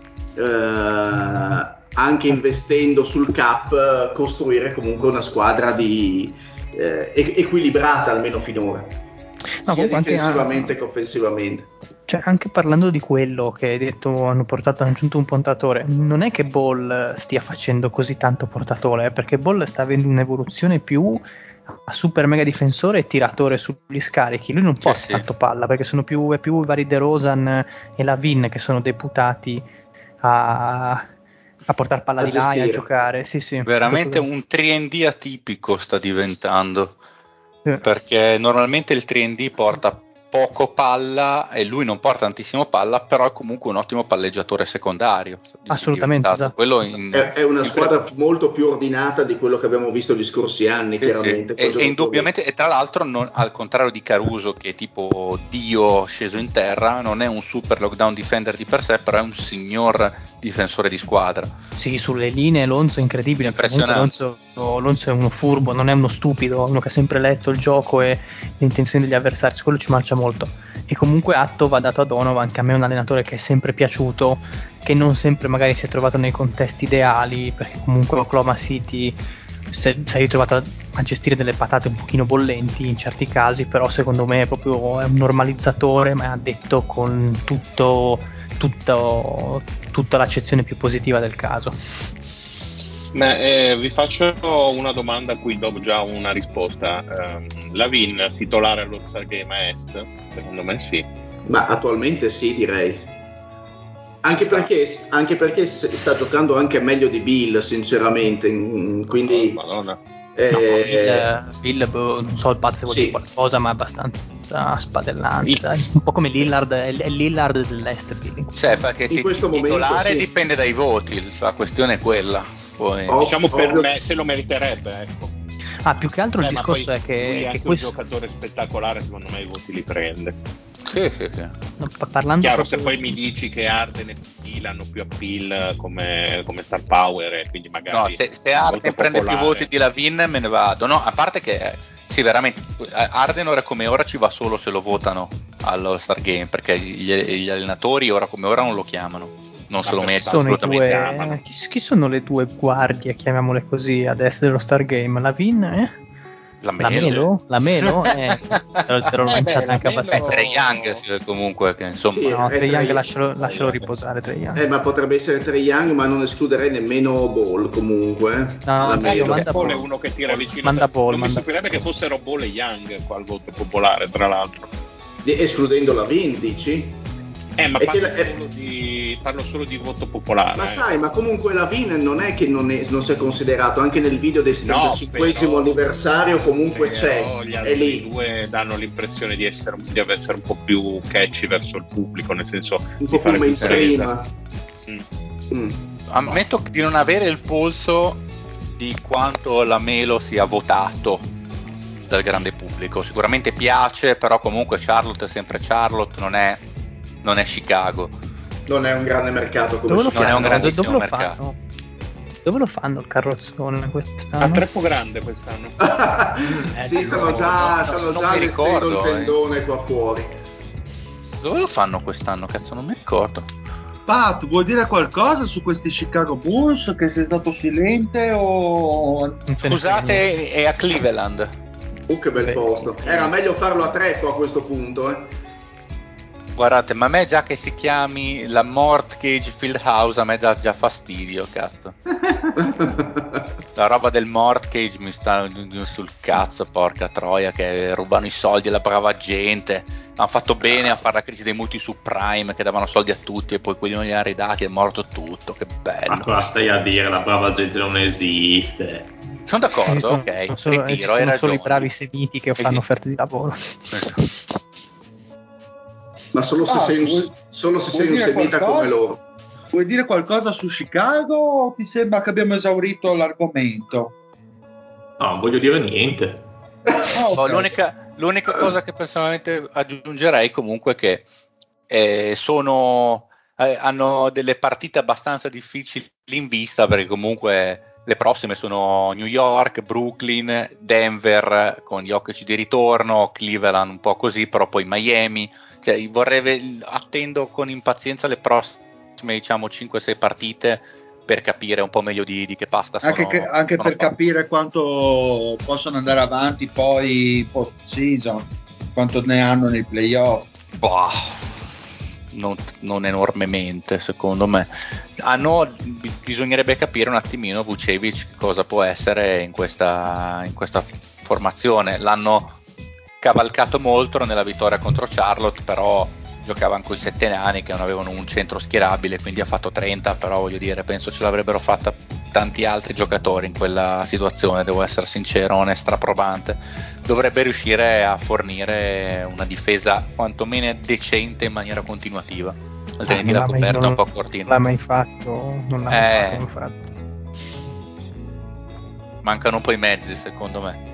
anche investendo sul cap costruire comunque una squadra equilibrata almeno finora, sia difensivamente che offensivamente. Cioè, anche parlando di quello che hai detto, hanno aggiunto un portatore, non è che Ball stia facendo così tanto portatore, perché Ball sta avendo un'evoluzione più a super mega difensore e tiratore sugli scarichi. Lui non porta tanto palla, perché è più i vari De Rozan e Lavin che sono deputati a portare palla di là e a giocare. Sì. Veramente un 3&D atipico sta diventando, perché normalmente il 3&D porta poco palla e lui non porta tantissimo palla, però è comunque un ottimo palleggiatore secondario. Assolutamente, esatto. È una squadra molto più ordinata di quello che abbiamo visto gli scorsi anni, chiaramente. E indubbiamente, e tra l'altro al contrario di Caruso, che è tipo Dio sceso in terra, non è un super lockdown defender di per sé, però è un signor difensore di squadra. Sì, sulle linee Lonzo è incredibile, impressionante. Lonzo è uno furbo, non è uno stupido, uno che ha sempre letto il gioco e le intenzioni degli avversari, quello ci marcia molto. E comunque atto va dato a Donovan, che a me è un allenatore che è sempre piaciuto, che non sempre magari si è trovato nei contesti ideali, perché comunque Oklahoma City si è ritrovato a gestire delle patate un pochino bollenti in certi casi, però secondo me è un normalizzatore, ma ha detto con tutta l'accezione più positiva del caso. Vi faccio una domanda a cui do già una risposta. Lavin titolare all'All-Star Game Est? Secondo me sì. Ma attualmente sì, direi. Anche perché sta giocando anche meglio di Bill, sinceramente. Quindi Madonna. Bill, non so il pazzo se vuol dire qualcosa, ma è abbastanza spadellante. Un po' come Lillard, è Lillard dell'Est. Bill. Cioè, perché in questo titolare momento, dipende dai voti, la questione è quella. Poi, diciamo per me se lo meriterebbe, ecco. Più che altro il discorso è che lui è anche questo un giocatore spettacolare, secondo me i voti li prende. Sì. No, parlando chiaro, proprio... se poi mi dici che Harden e Phil hanno più appeal come star power, e quindi magari se Harden prende più voti di Lavin me ne vado. No, a parte che sì, veramente Harden ora come ora ci va solo se lo votano allo Star Game, perché gli allenatori ora come ora non lo chiamano, non se lo mettono assolutamente. Chi sono le 2 guardie, chiamiamole così, adesso dello Star Game? Lavin La Melo? Te l'ho lanciata anche abbastanza. Trae Young comunque, che insomma. Sì, no, Trae Young lascialo riposare, Trae Young. Ma potrebbe essere Trae Young, ma non escluderei nemmeno Ball comunque. No, Ball è uno che tira vicino. Non mi stupirebbe che fossero Ball e Young al voto popolare, tra l'altro. Escludendo Lavin, dici? Ma parlo solo di voto popolare. Ma sai, ma comunque Lavin non è che non si è considerato, anche nel video del 75esimo anniversario comunque c'è. Gli altri due danno l'impressione di essere un po' più catchy verso il pubblico, nel senso un po' più mainstream. Ammetto di non avere il polso di quanto la Melo sia votato dal grande pubblico. Sicuramente piace, però comunque Charlotte è sempre Charlotte, non è Chicago. Non è un grande mercato come non è un grandissimo mercato. Dove lo fanno il carrozzone quest'anno? È troppo grande quest'anno. Sì, stanno già allestendo il tendone qua fuori. Dove lo fanno quest'anno? Cazzo, non mi ricordo. Pat, vuoi dire qualcosa su questi Chicago Bulls? Che sei stato silente o... Scusate, è a Cleveland. Che bel posto. Era meglio farlo a Treppo a questo punto, Guardate, ma a me già che si chiami la Mortgage Fieldhouse a me dà già fastidio, cazzo. La roba del mortgage mi sta sul cazzo, porca troia, che rubano i soldi alla brava gente. Hanno fatto bene a fare la crisi dei mutui subprime che davano soldi a tutti e poi quelli non li hanno ridati, è morto tutto, che bello. Ma cosa stai a dire? La brava gente non esiste. Sono d'accordo, ok. Ritiro, hai ragione. Solo i bravi semiti che fanno offerte di lavoro. Ma solo se sei un semita come loro. Vuoi dire qualcosa su Chicago o ti sembra che abbiamo esaurito l'argomento? No, non voglio dire niente. Okay. L'unica cosa che personalmente aggiungerei comunque è che hanno delle partite abbastanza difficili in vista, perché comunque le prossime sono New York, Brooklyn, Denver con Jokic di ritorno, Cleveland un po' così, però poi Miami. Cioè, attendo con impazienza le prossime, diciamo, 5-6 partite per capire un po' meglio di che pasta sono. Anche per capire quanto possono andare avanti poi post season, quanto ne hanno nei playoff. Boh, non enormemente, secondo me. Bisognerebbe capire un attimino Vucevic cosa può essere in questa formazione. L'hanno cavalcato molto nella vittoria contro Charlotte, però giocavano con i 7 nani che non avevano un centro schierabile, quindi ha fatto 30, però voglio dire, penso ce l'avrebbero fatta tanti altri giocatori in quella situazione, devo essere sincero, non è straprobante. Dovrebbe riuscire a fornire una difesa quantomeno decente in maniera continuativa, altrimenti la coperta è un po' cortina. Non l'ha mai fatto, infatti. Mancano un po' i mezzi, secondo me.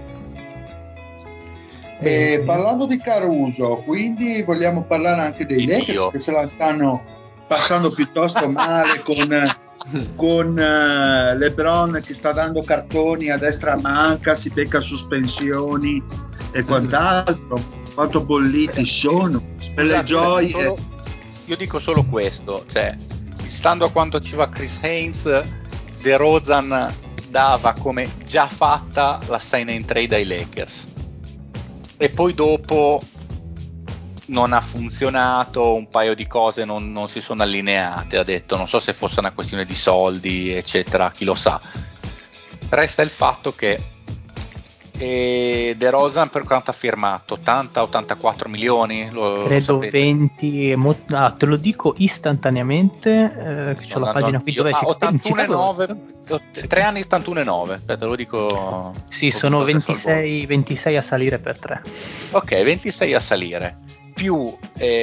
Parlando di Caruso, quindi vogliamo parlare anche dei Lakers che se la stanno passando piuttosto male con LeBron che sta dando cartoni a destra manca, si becca sospensioni e quant'altro. Quanto bolliti sono le gioie. Io dico solo questo, cioè, stando a quanto ci va Chris Haynes, DeRozan dava come già fatta la sign and trade ai Lakers. E poi dopo non ha funzionato, un paio di cose non si sono allineate, ha detto, non so se fosse una questione di soldi, eccetera, chi lo sa. Resta il fatto che DeRozan per quanto ha firmato? 80-84 milioni? Credo 20, te lo dico istantaneamente, che c'ho la pagina qui dove 81,9, 3 anni 81,9, aspetta, lo dico. Sì, sono 26 a salire per 3. Ok, 26 a salire, più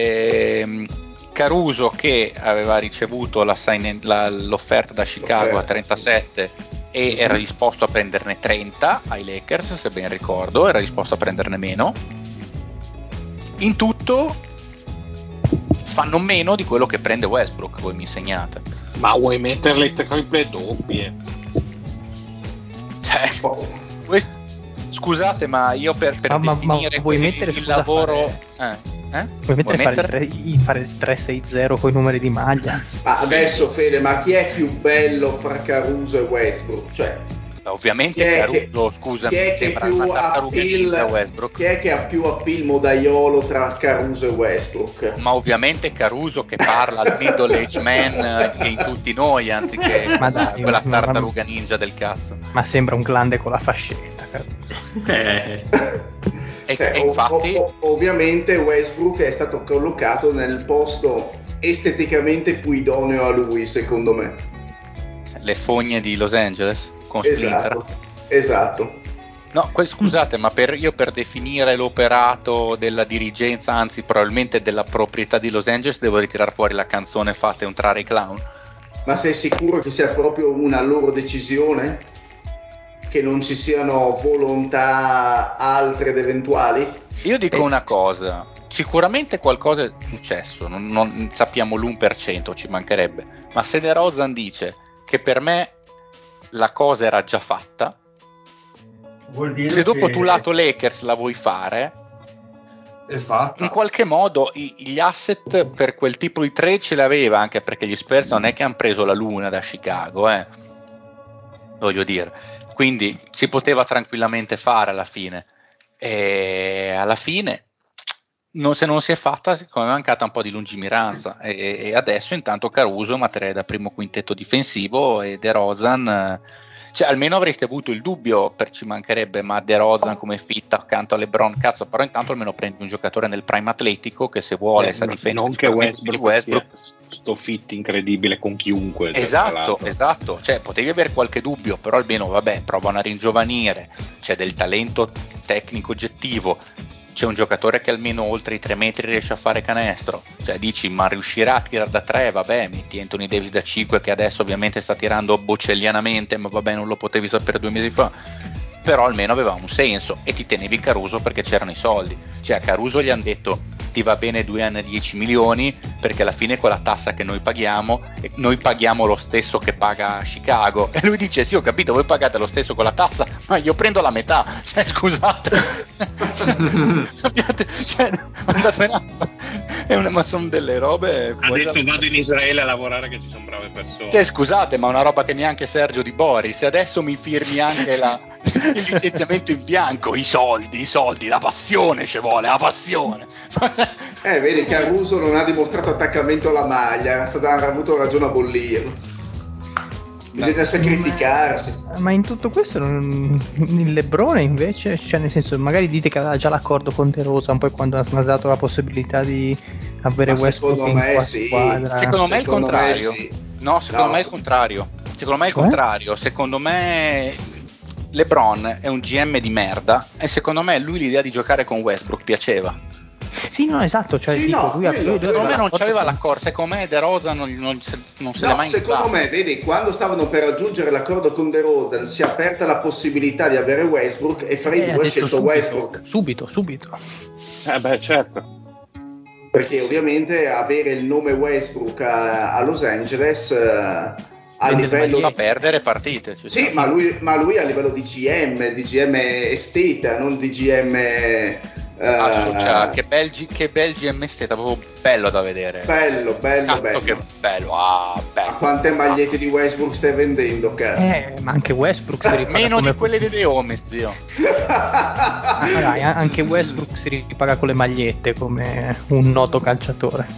Caruso che aveva ricevuto l'offerta da Chicago a 37 e era disposto a prenderne 30 ai Lakers, se ben ricordo, era disposto a prenderne meno. In tutto fanno meno di quello che prende Westbrook, voi mi insegnate. Ma vuoi metterle triple doppie? Cioè, scusate, ma io per definire vuoi mettere il lavoro Vuoi fare il 3-6-0 con i numeri di maglia? Ma adesso Fede, ma chi è più bello fra Caruso e Westbrook? Cioè, ovviamente Caruso, scusami, sembra una tartaruga ninja Westbrook. Chi è che ha più appeal modaiolo tra Caruso e Westbrook? Ma ovviamente Caruso che parla al middle age man che in tutti noi, anziché quella tartaruga ninja del cazzo. Ma sembra un glande con la fascetta. Infatti, ovviamente Westbrook è stato collocato nel posto esteticamente più idoneo a lui, secondo me. Le fogne di Los Angeles con Splinter. Esatto. No, scusate, ma io per definire l'operato della dirigenza, anzi probabilmente della proprietà di Los Angeles, devo ritirare fuori la canzone Fate entrare i clown. Ma sei sicuro che sia proprio una loro decisione? Che non ci siano volontà altre ed eventuali? Io dico una cosa, sicuramente qualcosa è successo, non sappiamo l'1%, ci mancherebbe, ma se DeRozan dice che per me la cosa era già fatta, vuol dire se dopo che tu lato Lakers la vuoi fare, è fatta. In qualche modo gli asset per quel tipo di trade ce l'aveva, anche perché gli Spurs non è che hanno preso la luna da Chicago, voglio dire. Quindi si poteva tranquillamente fare alla fine, e alla fine se non si è fatta, siccome è mancata un po' di lungimiranza, e adesso intanto Caruso materiale da primo quintetto difensivo e DeRozan, cioè almeno avreste avuto il dubbio, ci mancherebbe, ma DeRozan come fit accanto a LeBron, cazzo, però intanto almeno prendi un giocatore nel prime atletico che se vuole sa difendere. Non che Westbrook sto fit incredibile con chiunque. Esatto, cioè potevi avere qualche dubbio, però almeno provano a ringiovanire, c'è del talento tecnico oggettivo, c'è un giocatore che almeno oltre i 3 metri riesce a fare canestro, cioè dici ma riuscirà a tirare da 3, vabbè, metti Anthony Davis da 5 che adesso ovviamente sta tirando bocellianamente, ma vabbè, non lo potevi sapere 2 mesi fa, però almeno aveva un senso, e ti tenevi Caruso perché c'erano i soldi, cioè a Caruso gli hanno detto ti va bene 2 anni a 10 milioni perché alla fine quella tassa che noi paghiamo lo stesso che paga Chicago, e lui dice sì, ho capito, voi pagate lo stesso con la tassa, ma io prendo la metà, cioè scusate cioè, ma sono delle robe ha detto vado in Israele a lavorare che ci sono brave persone, cioè scusate, ma una roba che neanche Sergio Di Boris, e adesso mi firmi anche il licenziamento in bianco, i soldi, la passione ci vuole, la passione. Vedi, Caruso non ha dimostrato attaccamento alla maglia, ha avuto ragione a bollirlo. Bisogna sacrificarsi. Ma in tutto questo il LeBron invece, cioè nel senso, magari dite che aveva già l'accordo con DeRozan, poi quando ha snasato la possibilità di avere Westbrook in squadra. Secondo me è il contrario. Sì. No, secondo me è il contrario. Secondo me è il contrario. Secondo me LeBron è un GM di merda, e secondo me lui l'idea di giocare con Westbrook piaceva. Sì, no, esatto, cioè sì, dico, secondo me non c'aveva l'accordo, secondo me DeRozan non se l'è mai secondo me, vedi, quando stavano per raggiungere l'accordo con DeRozan si è aperta la possibilità di avere Westbrook, e fra i due ha scelto Westbrook subito. Beh, certo, perché ovviamente avere il nome Westbrook a Los Angeles a livello fa perdere partite, sì, ma lui a livello di GM esteta, non di GM che bel GM esteta, proprio bello da vedere, bello che bello, bello. Ma quante magliette di Westbrook stai vendendo, cazzo? Ma anche Westbrook si ripaga meno di quelle di The Home, zio. Dai, anche Westbrook si ripaga con le magliette come un noto calciatore.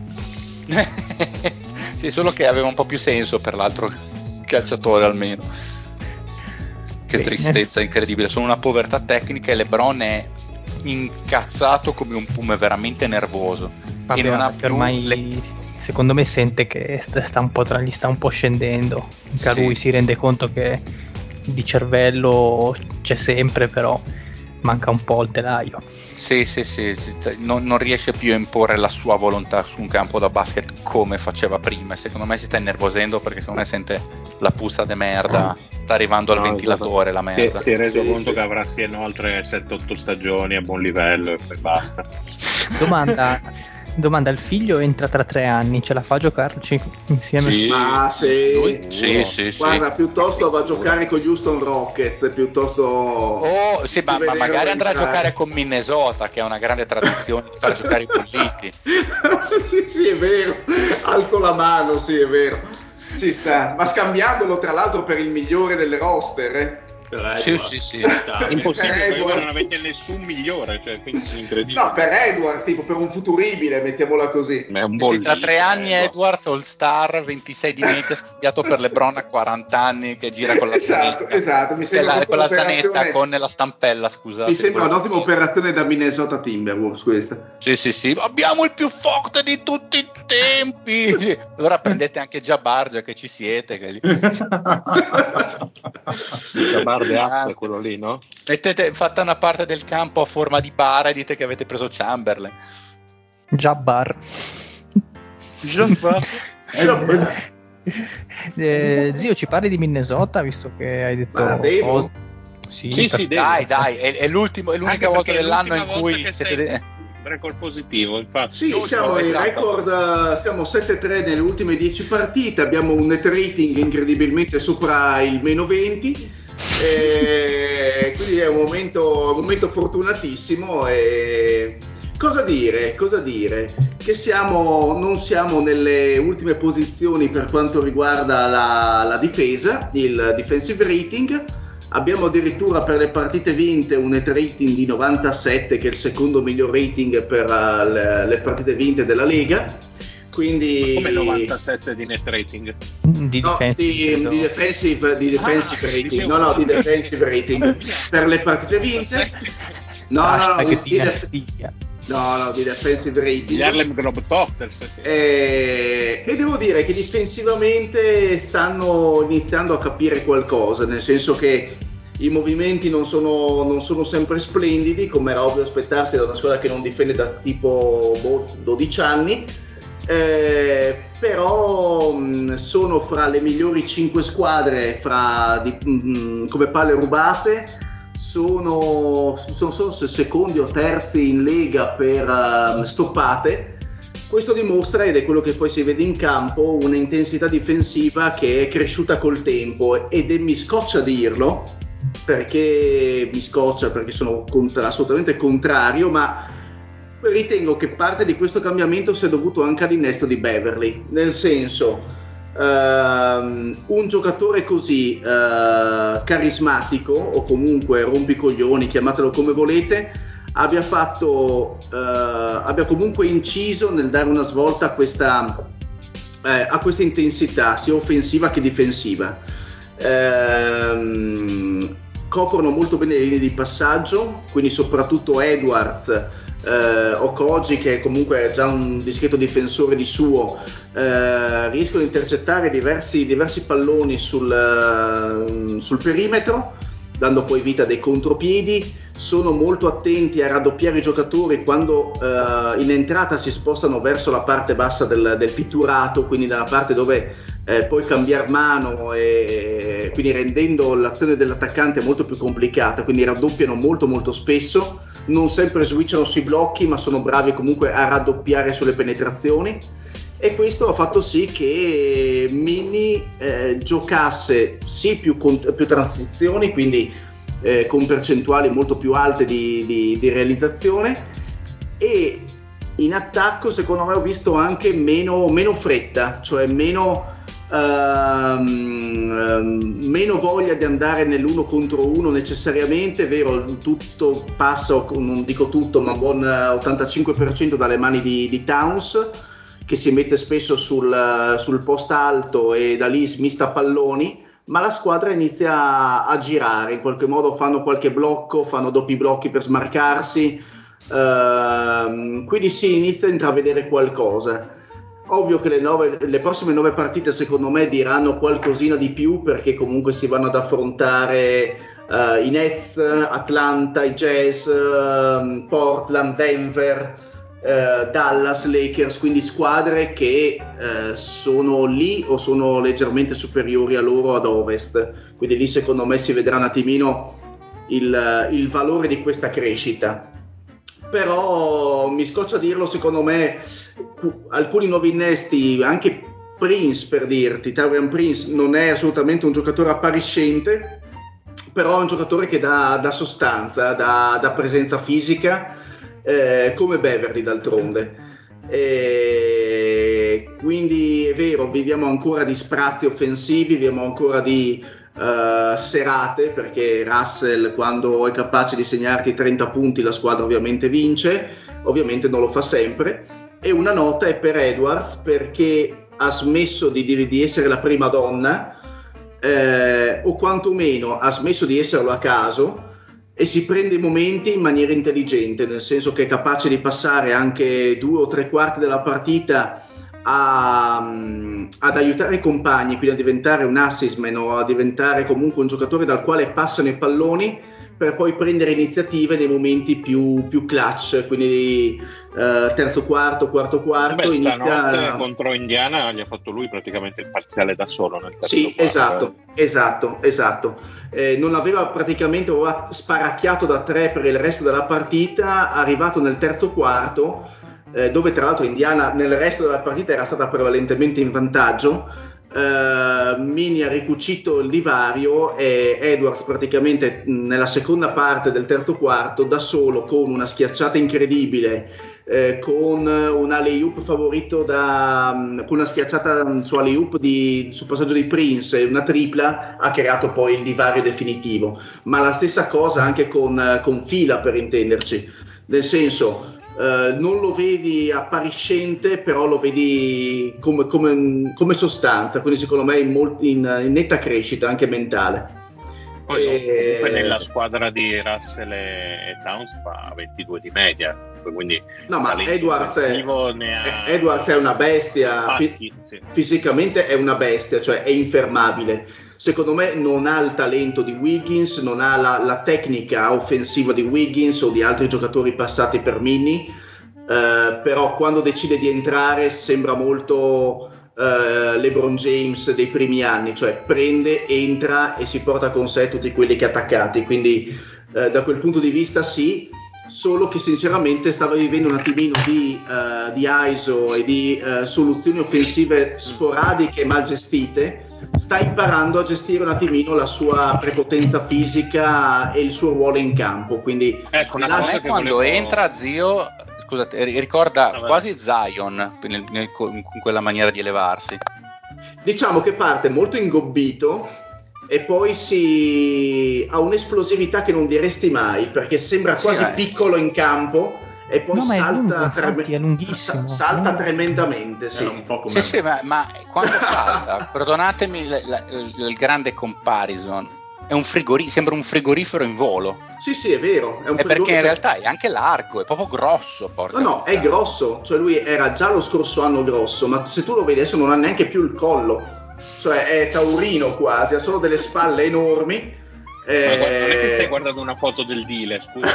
Sì, solo che aveva un po' più senso per l'altro calciatore almeno. Che tristezza incredibile, sono una povertà tecnica, e LeBron è incazzato come un pume, veramente nervoso. Vabbè, e non ha ormai secondo me sente che sta un po' gli sta un po' scendendo, che lui si rende conto che di cervello c'è sempre, però manca un po' il telaio. Sì, non riesce più a imporre la sua volontà su un campo da basket come faceva prima. Secondo me si sta innervosendo perché secondo me sente la puzza de merda, sta arrivando al ventilatore, la merda. Si è reso conto che avrà altre 7-8 stagioni a buon livello e poi basta. Domanda, il figlio entra tra 3 anni, ce la fa a giocarci insieme? Sì. Guarda, piuttosto va a giocare con gli Houston Rockets, piuttosto ma magari andrà a giocare con Minnesota, che è una grande tradizione di far giocare i bolliti. sì, è vero, alzo la mano, sì, è vero, ci sta, ma scambiandolo tra l'altro per il migliore del roster, Sì. Impossibile, voi non avete nessun migliore, cioè, quindi è incredibile. No, per Edwards, tipo per un futuribile, mettiamola così. Ma è un tra 3 anni Edwards All Star, 26 di media, scambiato per LeBron a 40 anni che gira con la zanetta. Esatto, mi sembra con la zanetta con la stampella, scusate. Mi sembra un'ottima operazione da Minnesota Timberwolves questa. Sì, abbiamo il più forte di tutti i tempi. Allora prendete anche Jabbar, già che ci siete. Jabbar è quello lì, no? Fate una parte del campo a forma di bara e dite che avete preso Chamberlain. Jabbar. Zio, ci parli di Minnesota, visto che hai detto Sì, dai, è l'unica volta dell'anno in cui siete record positivo, infatti. Sì, siamo in record, siamo 7-3 nelle ultime 10 partite, abbiamo un net rating incredibilmente sopra il -20, quindi è un momento fortunatissimo. E cosa dire? Che non siamo nelle ultime posizioni per quanto riguarda la difesa, il defensive rating. Abbiamo addirittura per le partite vinte un net rating di 97, che è il secondo miglior rating per le partite vinte della Lega. Quindi come 97 di net rating? Di defensive rating. No, di defensive rating per le partite vinte. Di defensive rating. Gli Harlem Globetrotters. E devo dire che difensivamente stanno iniziando a capire qualcosa, nel senso che i movimenti non sono sempre splendidi, come era ovvio aspettarsi da una squadra che non difende da tipo 12 anni, però sono fra le migliori 5 squadre come palle rubate, sono solo secondi o terzi in Lega per stoppate. Questo dimostra, ed è quello che poi si vede in campo, un'intensità difensiva che è cresciuta col tempo, ed mi scoccia dirlo, perché sono assolutamente contrario, ma ritengo che parte di questo cambiamento sia dovuto anche all'innesto di Beverley, nel senso, un giocatore così carismatico, o comunque rompicoglioni, chiamatelo come volete, abbia comunque inciso nel dare una svolta a questa intensità sia offensiva che difensiva. Coprono molto bene le linee di passaggio, quindi soprattutto Edwards, Okoji, che comunque è già un discreto difensore di suo, riescono a intercettare diversi palloni sul perimetro, dando poi vita a dei contropiedi. Sono molto attenti a raddoppiare i giocatori quando in entrata si spostano verso la parte bassa del pitturato, quindi dalla parte dove puoi cambiare mano, e quindi rendendo l'azione dell'attaccante molto più complicata, quindi raddoppiano molto molto spesso, non sempre switchano sui blocchi, ma sono bravi comunque a raddoppiare sulle penetrazioni, e questo ha fatto sì che Mini giocasse sì più transizioni, quindi con percentuali molto più alte di realizzazione, e in attacco secondo me ho visto anche meno fretta, cioè meno voglia di andare nell'uno contro uno necessariamente. È vero, tutto passa, non dico tutto, ma un buon 85% dalle mani di Towns, che si mette spesso sul post alto e da lì smista palloni, ma la squadra inizia a girare, in qualche modo fanno qualche blocco, fanno doppi blocchi per smarcarsi, quindi si inizia a intravedere qualcosa. Ovvio che le prossime 9 partite secondo me diranno qualcosina di più, perché comunque si vanno ad affrontare i Nets, Atlanta, i Jazz, Portland, Denver, Dallas, Lakers, quindi squadre che sono lì o sono leggermente superiori a loro ad ovest, quindi lì secondo me si vedrà un attimino il valore di questa crescita. Però mi scoccia dirlo, secondo me alcuni nuovi innesti, anche Prince, per dirti, Taurean Prince non è assolutamente un giocatore appariscente, però è un giocatore che dà sostanza, dà presenza fisica, come Beverley d'altronde. Quindi è vero, viviamo ancora di sprazzi offensivi, viviamo ancora di serate, perché Russell, quando è capace di segnarti 30 punti, la squadra ovviamente vince, ovviamente non lo fa sempre. E una nota è per Edwards, perché ha smesso di essere la prima donna, o quantomeno ha smesso di esserlo a caso, e si prende i momenti in maniera intelligente, nel senso che è capace di passare anche 2 o 3 quarti della partita ad aiutare i compagni, quindi a diventare un assist man o a diventare comunque un giocatore dal quale passano i palloni, per poi prendere iniziative nei momenti più clutch, quindi terzo quarto. Stanotte contro Indiana gli ha fatto lui praticamente il parziale da solo nel terzo quarto. Esatto. Non aveva sparacchiato da 3 per il resto della partita, arrivato nel terzo quarto, dove tra l'altro Indiana nel resto della partita era stata prevalentemente in vantaggio. Mini ha ricucito il divario, e Edwards praticamente nella seconda parte del terzo quarto, da solo, con una schiacciata incredibile, con un alley-oop favorito con una schiacciata su alley-oop sul passaggio di Prince e una tripla, ha creato poi il divario definitivo. Ma la stessa cosa anche con Fila, per intenderci, nel senso, non lo vedi appariscente, però lo vedi come sostanza, quindi secondo me in netta crescita anche mentale. Poi comunque nella squadra di Russell e Towns fa 22 di media, quindi no, ma Edwards è una bestia, fisicamente è una bestia, cioè è infermabile. secondo me non ha il talento di Wiggins, non ha la tecnica offensiva di Wiggins o di altri giocatori passati per Mini, però quando decide di entrare sembra molto LeBron James dei primi anni, cioè prende, entra e si porta con sé tutti quelli che attaccati, quindi da quel punto di vista sì, solo che sinceramente stava vivendo un attimino di ISO e di soluzioni offensive sporadiche e mal gestite. Sta imparando a gestire un attimino la sua prepotenza fisica e il suo ruolo in campo, quindi ecco, quando entra, zio, scusate, ricorda quasi Zion in quella maniera di elevarsi. Diciamo che parte molto ingobbito e poi ha un'esplosività che non diresti mai, perché sembra quasi piccolo in campo e poi è lunghissimo. Salta tremendamente. Sì, un po' come sì, ma quando salta, perdonatemi il grande comparison, è sembra un frigorifero in volo. Sì, è vero. È perché in realtà è anche largo, è proprio grosso. No, è grosso, cioè lui era già lo scorso anno grosso, ma se tu lo vedi adesso non ha neanche più il collo, cioè è taurino quasi, ha solo delle spalle enormi. Ma non è che stai guardando una foto del Dile, scusa.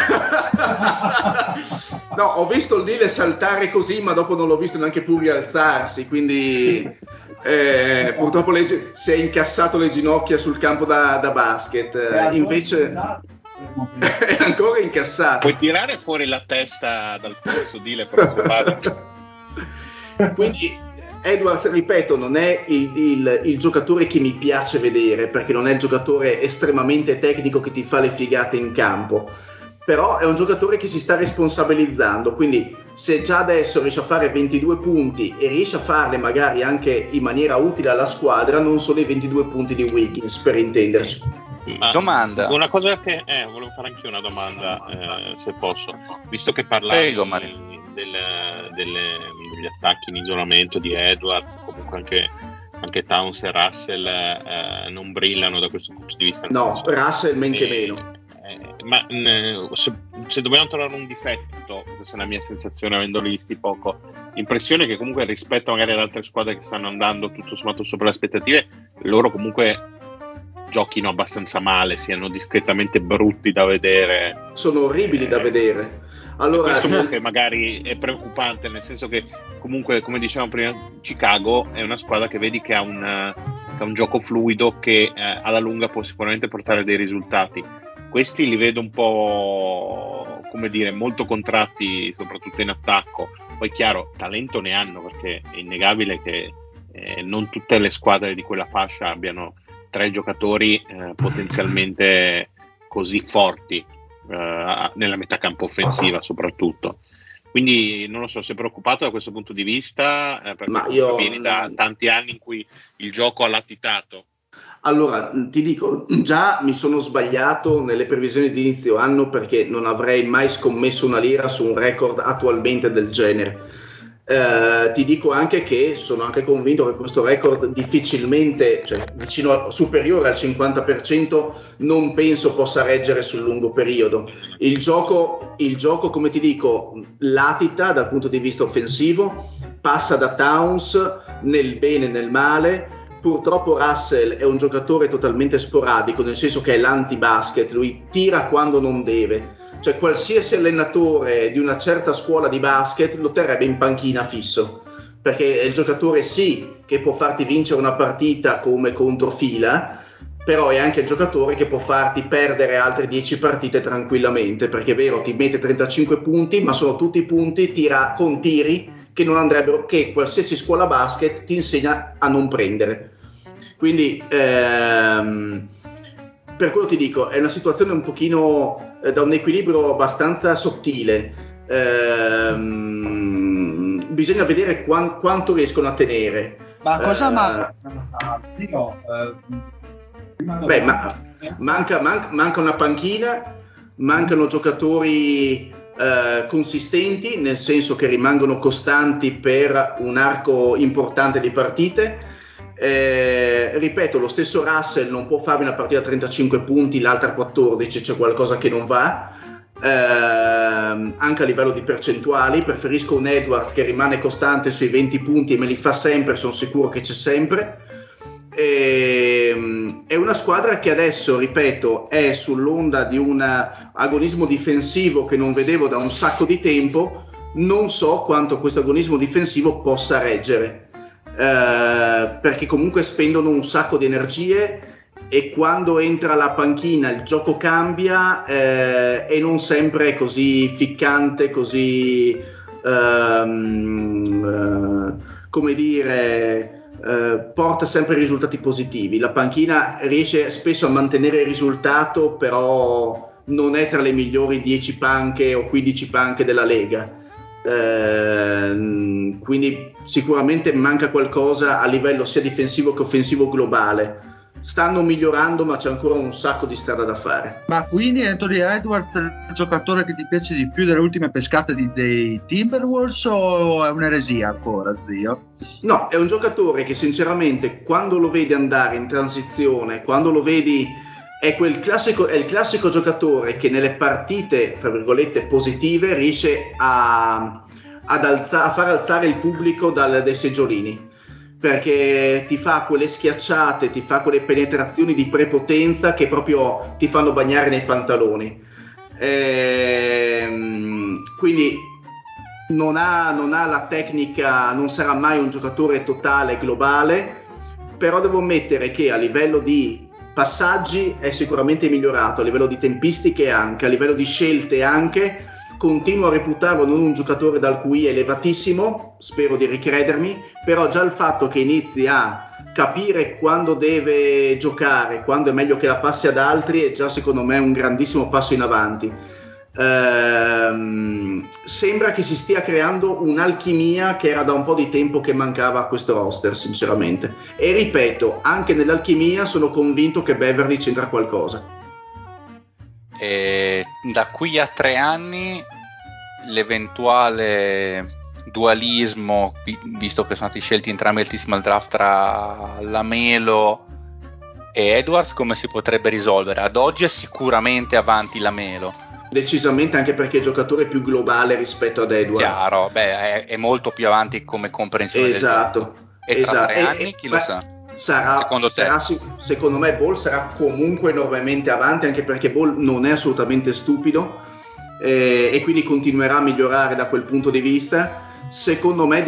No, ho visto il Dile saltare così, ma dopo non l'ho visto neanche più rialzarsi, quindi purtroppo si è incassato le ginocchia sul campo da basket, invece è ancora incassato. Puoi tirare fuori la testa dal polso, Dile, preoccupati. Quindi Edwards, ripeto, non è il giocatore che mi piace vedere, perché non è il giocatore estremamente tecnico che ti fa le figate in campo, però è un giocatore che si sta responsabilizzando, quindi se già adesso riesce a fare 22 punti e riesce a farle magari anche in maniera utile alla squadra, non sono i 22 punti di Wiggins, per intenderci. Ma domanda. Una cosa che volevo fare anche una domanda, se posso, visto che parlavi degli attacchi in isolamento di Edwards, comunque anche Towns e Russell non brillano da questo punto di vista. No, Russell men che meno. Ma se dobbiamo trovare un difetto, questa è la mia sensazione avendoli visti poco, l'impressione è che comunque rispetto magari ad altre squadre che stanno andando tutto sommato sopra le aspettative, loro comunque giochino abbastanza male, siano discretamente brutti da vedere. Sono orribili da vedere. Allora, questo che magari è preoccupante, nel senso che comunque, come dicevamo prima, Chicago è una squadra che vedi che ha un gioco fluido che alla lunga può sicuramente portare dei risultati. Questi li vedo un po', come dire, molto contratti, soprattutto in attacco. Poi chiaro, talento ne hanno, perché è innegabile che non tutte le squadre di quella fascia abbiano 3 giocatori potenzialmente così forti nella metà campo offensiva soprattutto. Quindi non lo so, sei preoccupato da questo punto di vista, perché vieni da tanti anni in cui il gioco ha latitato. Allora, ti dico, già mi sono sbagliato nelle previsioni di inizio anno, perché non avrei mai scommesso una lira su un record attualmente del genere. Ti dico anche che sono anche convinto che questo record difficilmente, cioè superiore al 50%, non penso possa reggere sul lungo periodo. Il gioco, come ti dico, latita dal punto di vista offensivo, passa da Towns nel bene e nel male. Purtroppo Russell è un giocatore totalmente sporadico, nel senso che è l'anti-basket, lui tira quando non deve. Cioè qualsiasi allenatore di una certa scuola di basket lo terrebbe in panchina fisso, perché è il giocatore sì che può farti vincere una partita come controfila, però è anche il giocatore che può farti perdere altre 10 partite tranquillamente, perché è vero, ti mette 35 punti, ma sono tutti punti con tiri che non andrebbero, che qualsiasi scuola basket ti insegna a non prendere. Quindi per quello ti dico, è una situazione un pochino da un equilibrio abbastanza sottile. Bisogna vedere quanto riescono a tenere. Ma cosa manca una panchina, mancano giocatori consistenti, nel senso che rimangono costanti per un arco importante di partite. Ripeto, lo stesso Russell non può farmi una partita a 35 punti, l'altra a 14, c'è qualcosa che non va. Anche a livello di percentuali preferisco un Edwards che rimane costante sui 20 punti e me li fa sempre, sono sicuro che c'è sempre. E è una squadra che adesso, ripeto, è sull'onda di un agonismo difensivo che non vedevo da un sacco di tempo. Non so quanto questo agonismo difensivo possa reggere, perché comunque spendono un sacco di energie e quando entra la panchina il gioco cambia, e non sempre è così ficcante, così come dire, porta sempre risultati positivi. La panchina riesce spesso a mantenere il risultato, però non è tra le migliori 10 panche o 15 panche della Lega. Quindi sicuramente manca qualcosa a livello sia difensivo che offensivo globale. Stanno migliorando, ma c'è ancora un sacco di strada da fare. Ma quindi Anthony Edwards è il giocatore che ti piace di più delle ultime pescate dei Timberwolves, o è un'eresia ancora, zio? No, è un giocatore che sinceramente quando lo vedi andare in transizione, quando lo vedi, è il classico giocatore che nelle partite, fra virgolette, positive riesce a far alzare il pubblico dai seggiolini, perché ti fa quelle schiacciate, ti fa quelle penetrazioni di prepotenza che proprio ti fanno bagnare nei pantaloni. Quindi non ha la tecnica, non sarà mai un giocatore totale globale, però devo ammettere che a livello di passaggi è sicuramente migliorato, a livello di tempistiche anche, a livello di scelte anche. Continuo a reputarlo non un giocatore dal QI elevatissimo, spero di ricredermi, però già il fatto che inizi a capire quando deve giocare, quando è meglio che la passi ad altri, è già secondo me un grandissimo passo in avanti. Sembra che si stia creando un'alchimia che era da un po' di tempo che mancava a questo roster, sinceramente. E ripeto, anche nell'alchimia sono convinto che Beverly c'entra qualcosa. E da qui a 3 anni l'eventuale dualismo, visto che sono stati scelti entrambi altissimi al draft, tra Lamelo e Edwards, come si potrebbe risolvere? Ad oggi è sicuramente avanti Lamelo, decisamente, anche perché è giocatore più globale rispetto ad Edwards. Chiaro, è molto più avanti come comprensione esatto, del gioco. E tra 3 anni chi lo sa? Secondo me Ball sarà comunque enormemente avanti, anche perché Ball non è assolutamente stupido, e quindi continuerà a migliorare da quel punto di vista. Secondo me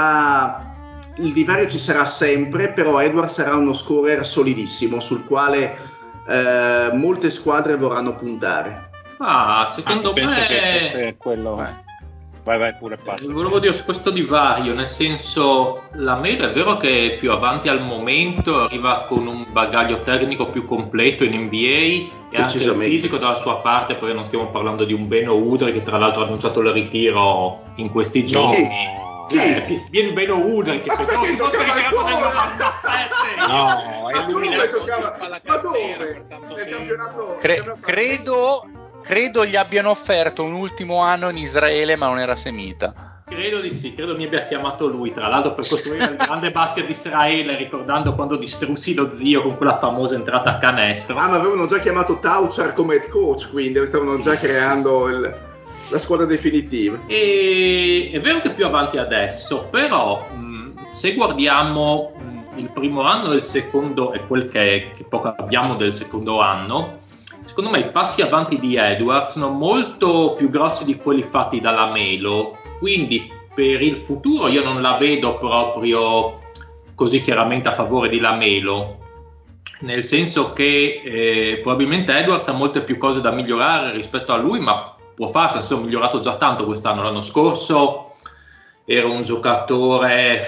il divario ci sarà sempre, però Edwards sarà uno scorer solidissimo sul quale molte squadre vorranno puntare. Secondo penso me che fosse quello. Vai pure, Paolo. Volevo dire su questo divario, nel senso, Lamelo è vero che è più avanti al momento, arriva con un bagaglio tecnico più completo in NBA e anche il fisico dalla sua parte. Poi non stiamo parlando di un Beno Udrih che tra l'altro ha annunciato il ritiro in questi giorni. Viene Beno Udrih che pensavo che fosse ritirato nel 97. No, è lui che giocava. Ma dove? Nel campionato? Credo gli abbiano offerto un ultimo anno in Israele, ma non era semita. Credo di sì, credo mi abbia chiamato lui, tra l'altro, per costruire il grande basket di Israele, ricordando quando distrussi lo zio con quella famosa entrata a canestro. Ma avevano già chiamato Tauchar come head coach, quindi stavano già creando la squadra definitiva. E è vero che è più avanti adesso, però se guardiamo il primo anno e il secondo, e quel che poco abbiamo del secondo anno, secondo me i passi avanti di Edwards sono molto più grossi di quelli fatti da Lamelo, quindi per il futuro io non la vedo proprio così chiaramente a favore di Lamelo, nel senso che probabilmente Edwards ha molte più cose da migliorare rispetto a lui, ma può farsi, è migliorato già tanto quest'anno. L'anno scorso era un giocatore,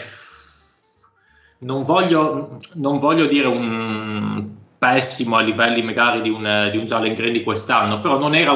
non voglio dire un pessimo a livelli magari di un Jalen Green di quest'anno, però non era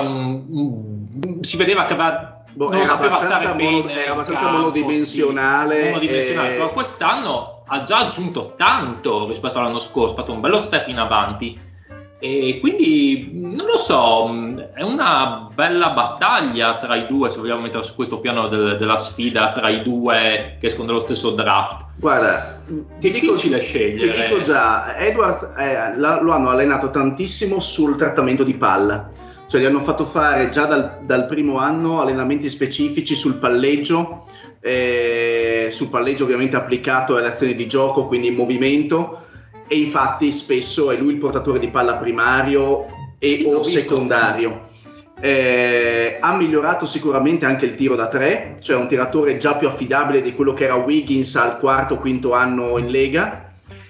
si vedeva che non sapeva stare bene, era abbastanza monodimensionale, però quest'anno ha già aggiunto tanto rispetto all'anno scorso, ha fatto un bello step in avanti, e quindi non lo so, è una bella battaglia tra i due, se vogliamo mettere su questo piano della sfida tra i due che escono dallo stesso draft. Guarda, difficile scegliere. Ti dico già, Edwards lo hanno allenato tantissimo sul trattamento di palla, cioè gli hanno fatto fare già dal primo anno allenamenti specifici sul palleggio ovviamente applicato alle azioni di gioco, quindi in movimento, e infatti spesso è lui il portatore di palla primario o secondario. Ha migliorato sicuramente anche il tiro da 3, cioè un tiratore già più affidabile di quello che era Wiggins al quarto, quinto anno in Lega.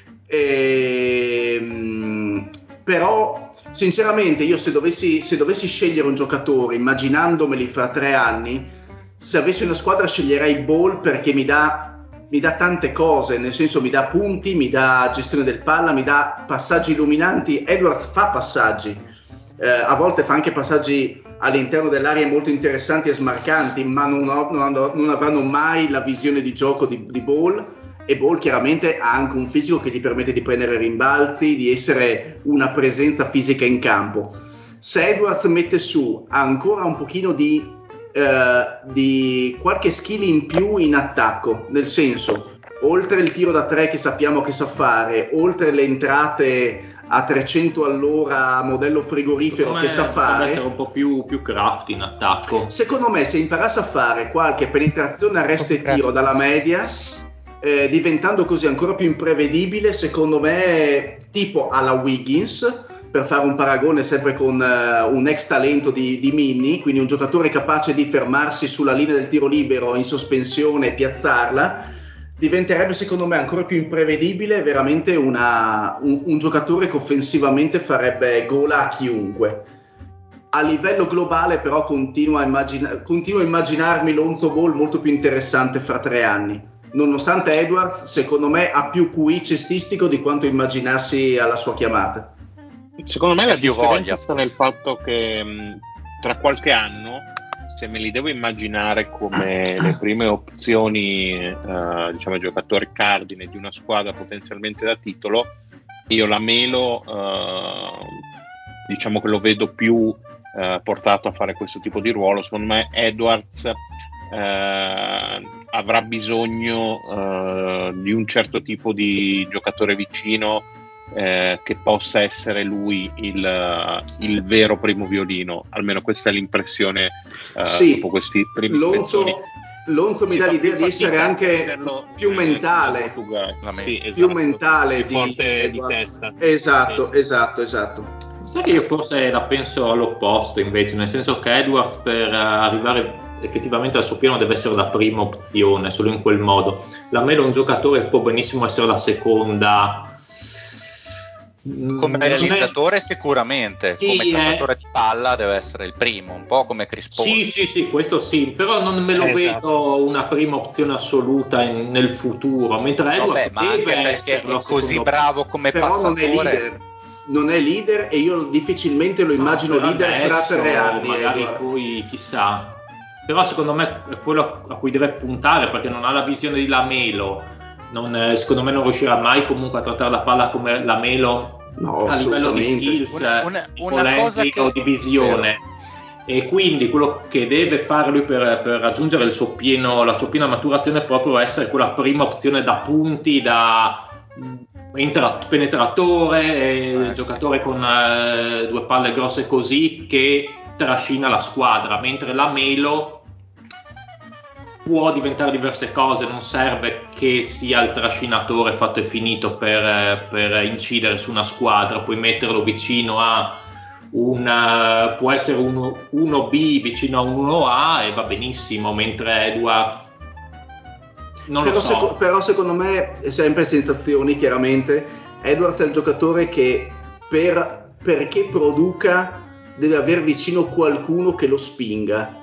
Però sinceramente io se dovessi scegliere un giocatore immaginandomeli fra 3 anni, se avessi una squadra sceglierei Ball, perché mi dà tante cose, nel senso mi dà punti, mi dà gestione del palla, mi dà passaggi illuminanti. Edwards fa passaggi, a volte fa anche passaggi all'interno dell'area molto interessanti e smarcanti, ma non avranno mai la visione di gioco di Ball. E Ball chiaramente ha anche un fisico che gli permette di prendere rimbalzi, di essere una presenza fisica in campo. Se Edwards mette su ancora un pochino di qualche skill in più in attacco, nel senso, oltre il tiro da 3 che sappiamo che sa fare, oltre le entrate a 300 all'ora modello frigorifero che sa fare, deve essere un po' più crafty in attacco. Secondo me, se imparasse a fare qualche penetrazione, arresto e tiro dalla media, diventando così ancora più imprevedibile, secondo me, tipo alla Wiggins, per fare un paragone sempre con un ex talento di Minnie, quindi un giocatore capace di fermarsi sulla linea del tiro libero in sospensione e piazzarla, diventerebbe secondo me ancora più imprevedibile, veramente un giocatore che offensivamente farebbe gola a chiunque. A livello globale però continuo a immaginarmi Lonzo Ball molto più interessante fra 3 anni, nonostante Edwards secondo me ha più QI cestistico di quanto immaginassi alla sua chiamata. Secondo me la differenza sta nel fatto che tra qualche anno, se me li devo immaginare come le prime opzioni, diciamo giocatori cardine di una squadra potenzialmente da titolo, io la Melo diciamo che lo vedo più portato a fare questo tipo di ruolo. Secondo me Edwards avrà bisogno di un certo tipo di giocatore vicino, che possa essere lui il vero primo violino, almeno questa è l'impressione dopo questi primi spezzoni. Lonzo mi dà l'idea di essere anche più mentale, più mentale di testa. Esatto. Sai che io forse la penso all'opposto invece, nel senso che Edwards per arrivare effettivamente al suo piano deve essere la prima opzione, solo in quel modo. La Melo è un giocatore che può benissimo essere la seconda. Come realizzatore sicuramente, come portatore di palla deve essere il primo, un po' come Chris Paul. Sì, questo sì, però non me lo vedo una prima opzione assoluta nel futuro, mentre Edwards deve essere così bravo come passatore. Non è leader e io difficilmente lo immagino leader fra 3 anni. Magari poi chissà, però secondo me è quello a cui deve puntare, perché non ha la visione di Lamelo. Secondo me non riuscirà mai comunque a trattare la palla come Lamelo a livello di skills, o di visione, e quindi quello che deve fare lui per raggiungere la sua piena maturazione è proprio essere quella prima opzione da punti, da penetratore, giocatore con 2 palle grosse così, che trascina la squadra, mentre Lamelo può diventare diverse cose, non serve che sia il trascinatore fatto e finito per incidere su una squadra, puoi metterlo vicino a può essere un 1B vicino a un 1A e va benissimo, mentre Edwards però secondo me, sempre sensazioni chiaramente, Edwards è il giocatore che perché produca deve aver vicino qualcuno che lo spinga,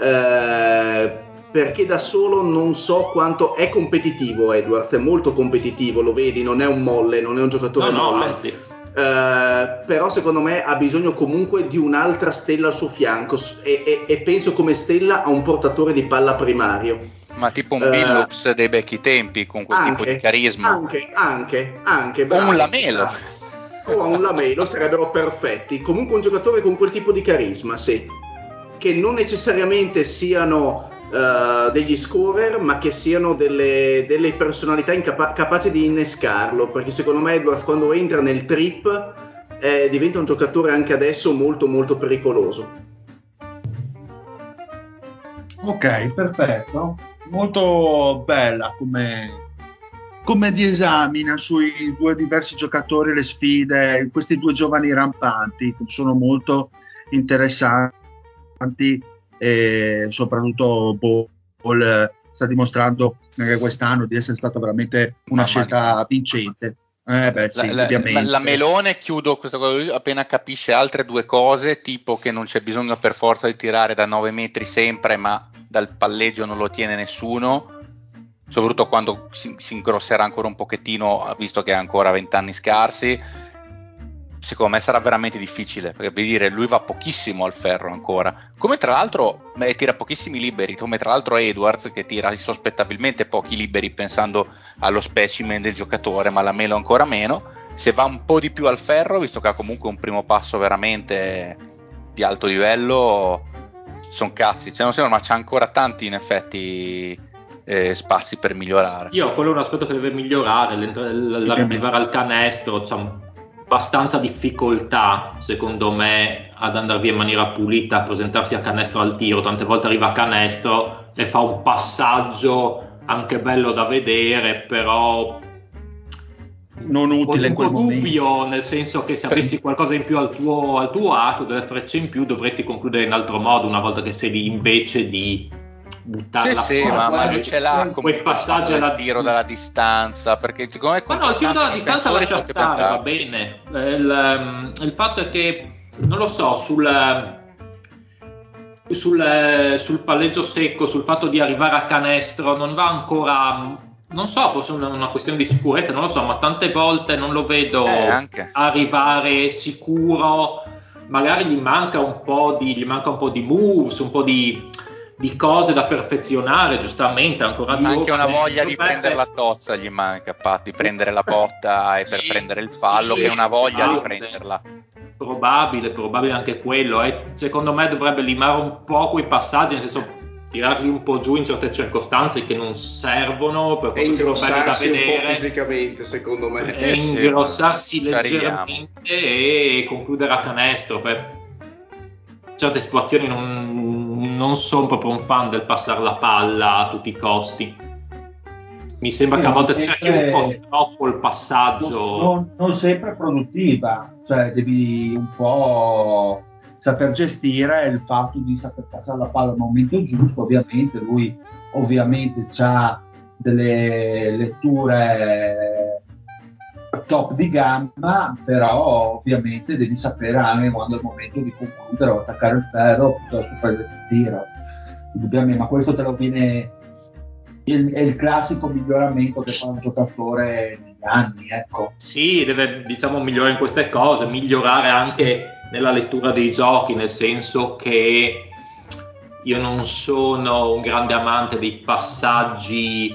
perché da solo non so quanto è competitivo. Edwards è molto competitivo, lo vedi, non è un molle, non è un giocatore molle, anzi. Però secondo me ha bisogno comunque di un'altra stella al suo fianco e penso come stella a un portatore di palla primario, ma tipo un Billups dei vecchi tempi, con quel tipo di carisma, anche o un Lamelo o a un Lamelo sarebbero perfetti. Comunque un giocatore con quel tipo di carisma, sì, che non necessariamente siano degli scorer, ma che siano delle personalità capaci di innescarlo, perché secondo me Edwards quando entra nel trip diventa un giocatore anche adesso molto molto pericoloso. Ok, perfetto, molto bella come esamina sui due diversi giocatori le sfide, questi due giovani rampanti che sono molto interessanti, e soprattutto Ball sta dimostrando anche quest'anno di essere stata veramente una scelta vincente. La Melone, chiudo questa cosa, appena capisce altre due cose, tipo che non c'è bisogno per forza di tirare da 9 metri sempre, ma dal palleggio non lo tiene nessuno, soprattutto quando si ingrosserà ancora un pochettino, visto che ha ancora 20 anni scarsi. Secondo me sarà veramente difficile, perché per dire, lui va pochissimo al ferro ancora, come tra l'altro tira pochissimi liberi, come tra l'altro Edwards, che tira insospettabilmente pochi liberi pensando allo specimen del giocatore, ma la Melo ancora meno. Se va un po' di più al ferro, visto che ha comunque un primo passo veramente di alto livello, sono cazzi, non sembra, ma c'ha ancora tanti in effetti spazi per migliorare. Quello è un aspetto che deve migliorare, l'arrivare al canestro, c'ha abbastanza difficoltà secondo me ad andare via in maniera pulita, a presentarsi a canestro al tiro. Tante volte arriva a canestro e fa un passaggio anche bello da vedere, però non utile in quel momento. Dubbio, nel senso che se avessi qualcosa in più al tuo arco, delle frecce in più, dovresti concludere in altro modo una volta che sei lì, invece di buttarla fuori. Ma lui ce l'ha quel passaggio al tiro dalla distanza, perché secondo me il tiro dalla distanza lascia stare, va bene. Il fatto è che non lo so, sul palleggio secco, sul fatto di arrivare a canestro non va ancora, non so, forse è una questione di sicurezza, non lo so, ma tante volte non lo vedo arrivare sicuro. Magari gli manca un po' di moves, un po' di cose da perfezionare, giustamente, ancora giovane. Anche una voglia di prendere la tozza gli manca, di prendere la botta e per prendere il fallo, che è una voglia di prenderla. Probabile anche quello. Secondo me dovrebbe limare un po' quei passaggi, nel senso tirarli un po' giù in certe circostanze che non servono, per e ingrossarsi da vedere, un po' fisicamente, secondo me, e ingrossarsi leggermente e concludere a canestro. Per certe situazioni non sono proprio un fan del passare la palla a tutti i costi. Mi sembra che a volte cerchi un po' troppo il passaggio, non sempre produttiva, cioè devi un po' saper gestire il fatto di saper passare la palla al momento giusto. Ovviamente lui ha delle letture top di gamma, però ovviamente devi sapere anche quando è il momento di concludere o attaccare il ferro piuttosto che prendere il tiro. Indubbiamente, ma questo te lo viene, è il classico miglioramento che fa un giocatore negli anni, ecco. Sì, deve migliorare in queste cose, migliorare anche nella lettura dei giochi, nel senso che io non sono un grande amante dei passaggi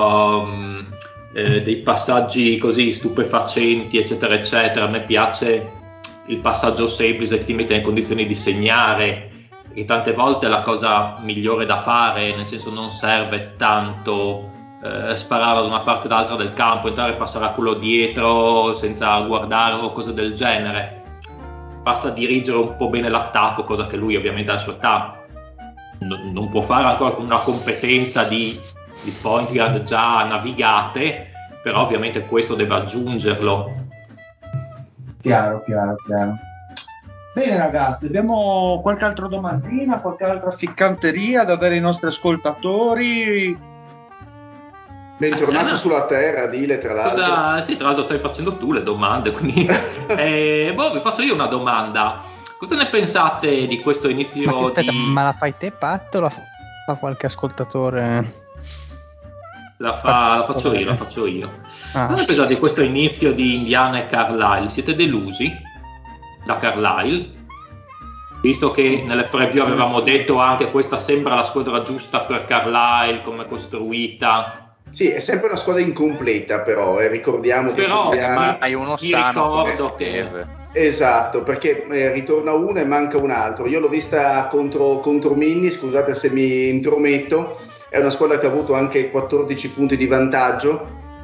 così stupefacenti, eccetera eccetera. A me piace il passaggio semplice che ti mette in condizioni di segnare, e tante volte è la cosa migliore da fare, nel senso non serve tanto sparare da una parte o dall'altra del campo, entrare e passare a quello dietro senza guardare o cose del genere. Basta dirigere un po' bene l'attacco, cosa che lui ovviamente alla sua età non può fare ancora con una competenza di point guard già navigate, però ovviamente questo deve aggiungerlo. Chiaro. Bene ragazzi, abbiamo qualche altra domandina, qualche altra ficcanteria da dare ai nostri ascoltatori? Bentornato sulla terra, Dile, tra l'altro. Sì, tra l'altro stai facendo tu le domande, quindi vi faccio io una domanda. Cosa ne pensate di questo inizio Ma la fai te, Pat, o la fa qualche ascoltatore? La faccio io. Cosa ne pensate di questo inizio di Indiana e Carlisle? Siete delusi da Carlisle? Visto che nelle preview avevamo detto anche questa sembra la squadra giusta per Carlisle, come costruita. Sì, è sempre una squadra incompleta, però ricordiamo che hai uno sano che esatto, perché ritorna uno e manca un altro. Io l'ho vista contro Minni, scusate se mi intrometto, è una squadra che ha avuto anche 14 punti di vantaggio,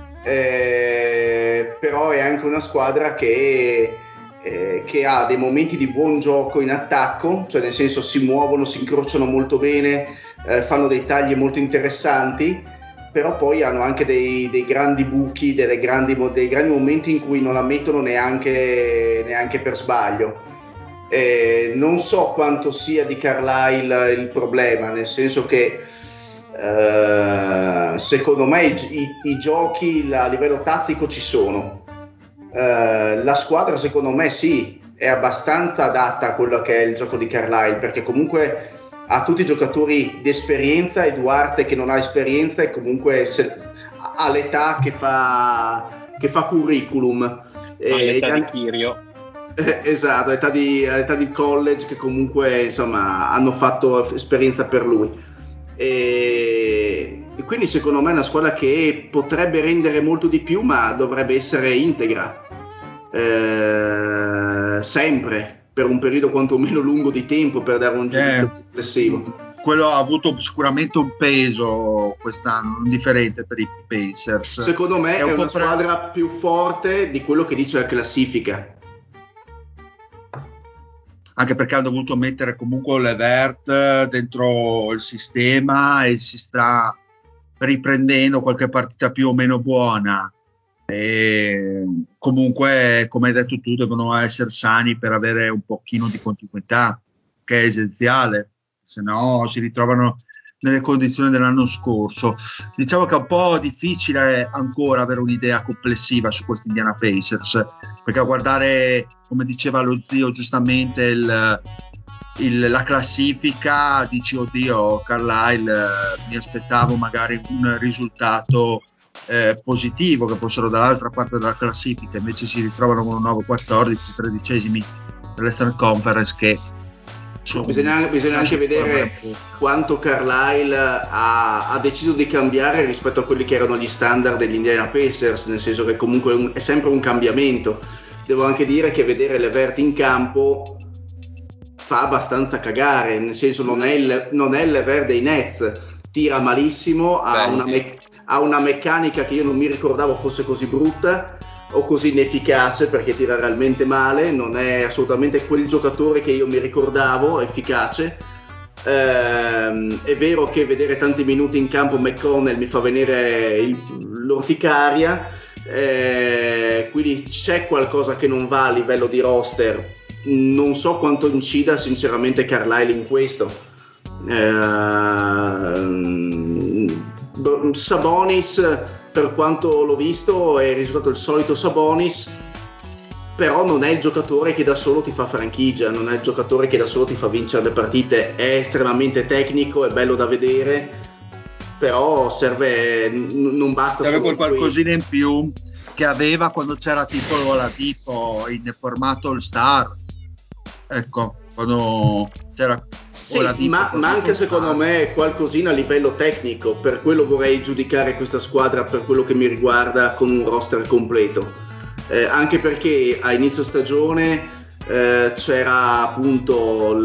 però è anche una squadra che ha dei momenti di buon gioco in attacco, cioè nel senso si muovono, si incrociano molto bene, fanno dei tagli molto interessanti, però poi hanno anche dei grandi buchi, dei grandi momenti in cui non la mettono neanche per sbaglio. Non so quanto sia di Carlisle il problema, nel senso che secondo me i giochi a livello tattico ci sono. La squadra secondo me sì, è abbastanza adatta a quello che è il gioco di Carlisle, perché comunque ha tutti i giocatori di esperienza, e Duarte che non ha esperienza e comunque ha l'età che fa curriculum. L'età di Kirio. Esatto, all'età di college, che comunque insomma hanno fatto esperienza per lui. E quindi secondo me è una squadra che potrebbe rendere molto di più, ma dovrebbe essere integra sempre, per un periodo quantomeno lungo di tempo, per dare un giudizio complessivo. Quello ha avuto sicuramente un peso quest'anno, non differente per i Pacers. Secondo me è una squadra più forte di quello che dice la classifica. Anche perché hanno dovuto mettere comunque Levert dentro il sistema e si sta riprendendo qualche partita più o meno buona. E comunque, come hai detto tu, devono essere sani per avere un pochino di continuità, che è essenziale, se no si ritrovano nelle condizioni dell'anno scorso. Diciamo che è un po' difficile ancora avere un'idea complessiva su questi Indiana Pacers, perché a guardare, come diceva lo zio giustamente, la classifica, dici oddio, Carlisle, mi aspettavo magari un risultato positivo, che fossero dall'altra parte della classifica, invece si ritrovano con un nuovo 14-13esimi dell'Eastern Conference, che bisogna anche vedere quanto Carlisle ha deciso di cambiare rispetto a quelli che erano gli standard degli Indiana Pacers, nel senso che comunque è sempre un cambiamento. Devo anche dire che vedere Levert in campo fa abbastanza cagare, nel senso non è il Levert dei Nets, tira malissimo, ha una meccanica che io non mi ricordavo fosse così brutta o così inefficace, perché tira realmente male, non è assolutamente quel giocatore che io mi ricordavo efficace. È vero che vedere tanti minuti in campo McConnell mi fa venire l'orticaria, quindi c'è qualcosa che non va a livello di roster. Non so quanto incida sinceramente Carlisle in questo. Sabonis, per quanto l'ho visto, è risultato il solito Sabonis, però non è il giocatore che da solo ti fa franchigia, non è il giocatore che da solo ti fa vincere le partite. È estremamente tecnico, è bello da vedere, però non basta. Serve quel qualcosina in più che aveva quando c'era tipo l'Oladipo in formato All Star, ecco, quando c'era. Sì, ma anche secondo me qualcosina a livello tecnico, per quello vorrei giudicare questa squadra, per quello che mi riguarda, con un roster completo, anche perché a inizio stagione c'era appunto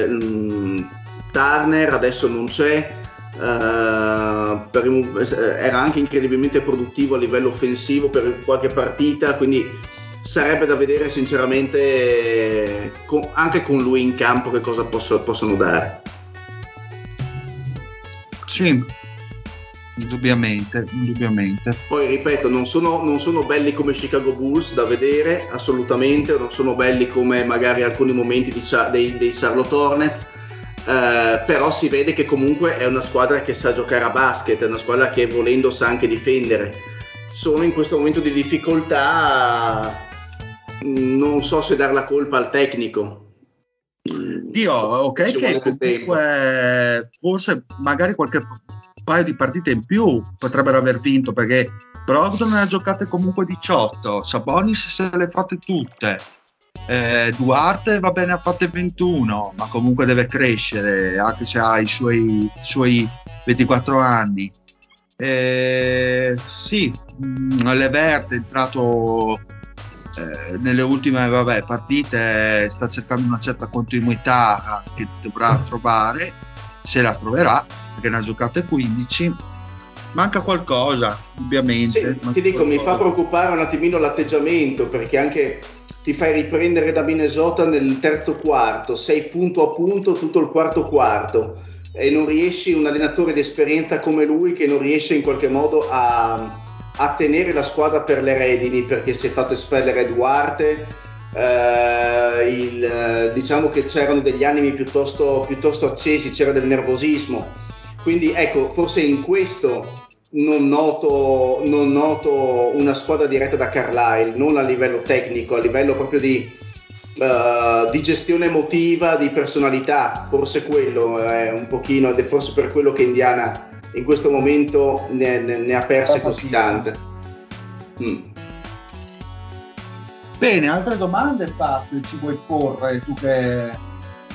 Turner, adesso non c'è, era anche incredibilmente produttivo a livello offensivo per qualche partita, quindi sarebbe da vedere sinceramente anche con lui in campo che cosa possono dare. Sì, indubbiamente. Poi ripeto, non sono belli come Chicago Bulls da vedere, assolutamente, non sono belli come magari alcuni momenti dei Charlotte Hornets, però si vede che comunque è una squadra che sa giocare a basket, è una squadra che volendo sa anche difendere. Sono in questo momento di difficoltà, non so se dar la colpa al tecnico. Dio, ok, che comunque forse magari qualche paio di partite in più potrebbero aver vinto, perché Brogdon ne ha giocate comunque 18, Sabonis se le ha fatte tutte, Duarte va bene, ha fatte 21, ma comunque deve crescere anche se ha i suoi 24 anni. Sì, Levert è entrato nelle ultime partite, sta cercando una certa continuità che dovrà trovare, se la troverà, perché ne ha giocate 15. Manca qualcosa, ovviamente. Sì, ti dico, mi fa preoccupare un attimino l'atteggiamento, perché anche ti fai riprendere da Minnesota nel terzo quarto, sei punto a punto tutto il quarto, e non riesci, un allenatore di esperienza come lui, che non riesce in qualche modo a tenere la squadra per le redini, perché si è fatto espellere Duarte, diciamo che c'erano degli animi piuttosto accesi, c'era del nervosismo, quindi ecco, forse in questo non noto una squadra diretta da Carlisle, non a livello tecnico, a livello proprio di gestione emotiva, di personalità. Forse quello è un pochino, ed è forse per quello che Indiana in questo momento ne ha perse così tante. Bene, altre domande, Pat, ci vuoi porre tu che...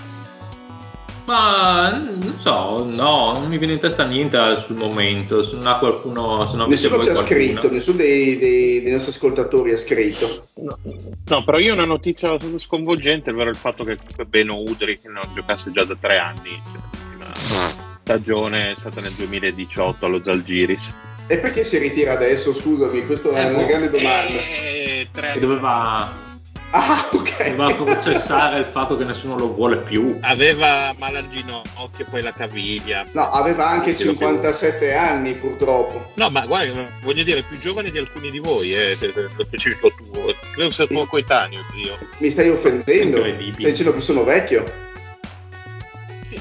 Ma non so, no, non mi viene in testa niente sul momento. Se non ha qualcuno, se non nessuno ci ha scritto, nessuno dei nostri ascoltatori ha scritto. No, però io ho una notizia abbastanza sconvolgente, ovvero il fatto che Beno Udrih non giocasse già da 3 anni, cioè, l'ultima stagione è stata nel 2018 allo Zalgiris. E perché si ritira adesso? Scusami, questa è una grande domanda. Che doveva... Ah, ok. Doveva processare il fatto che nessuno lo vuole più. Aveva male al ginocchio, poi la caviglia. No, aveva anche 57 anni purtroppo. No, ma guarda, voglio dire, più giovane di alcuni di voi, lo specifico tuo. Credo sia tuo coetaneo, zio. Mi stai offendendo? Stai dicendo che sono vecchio? Sì.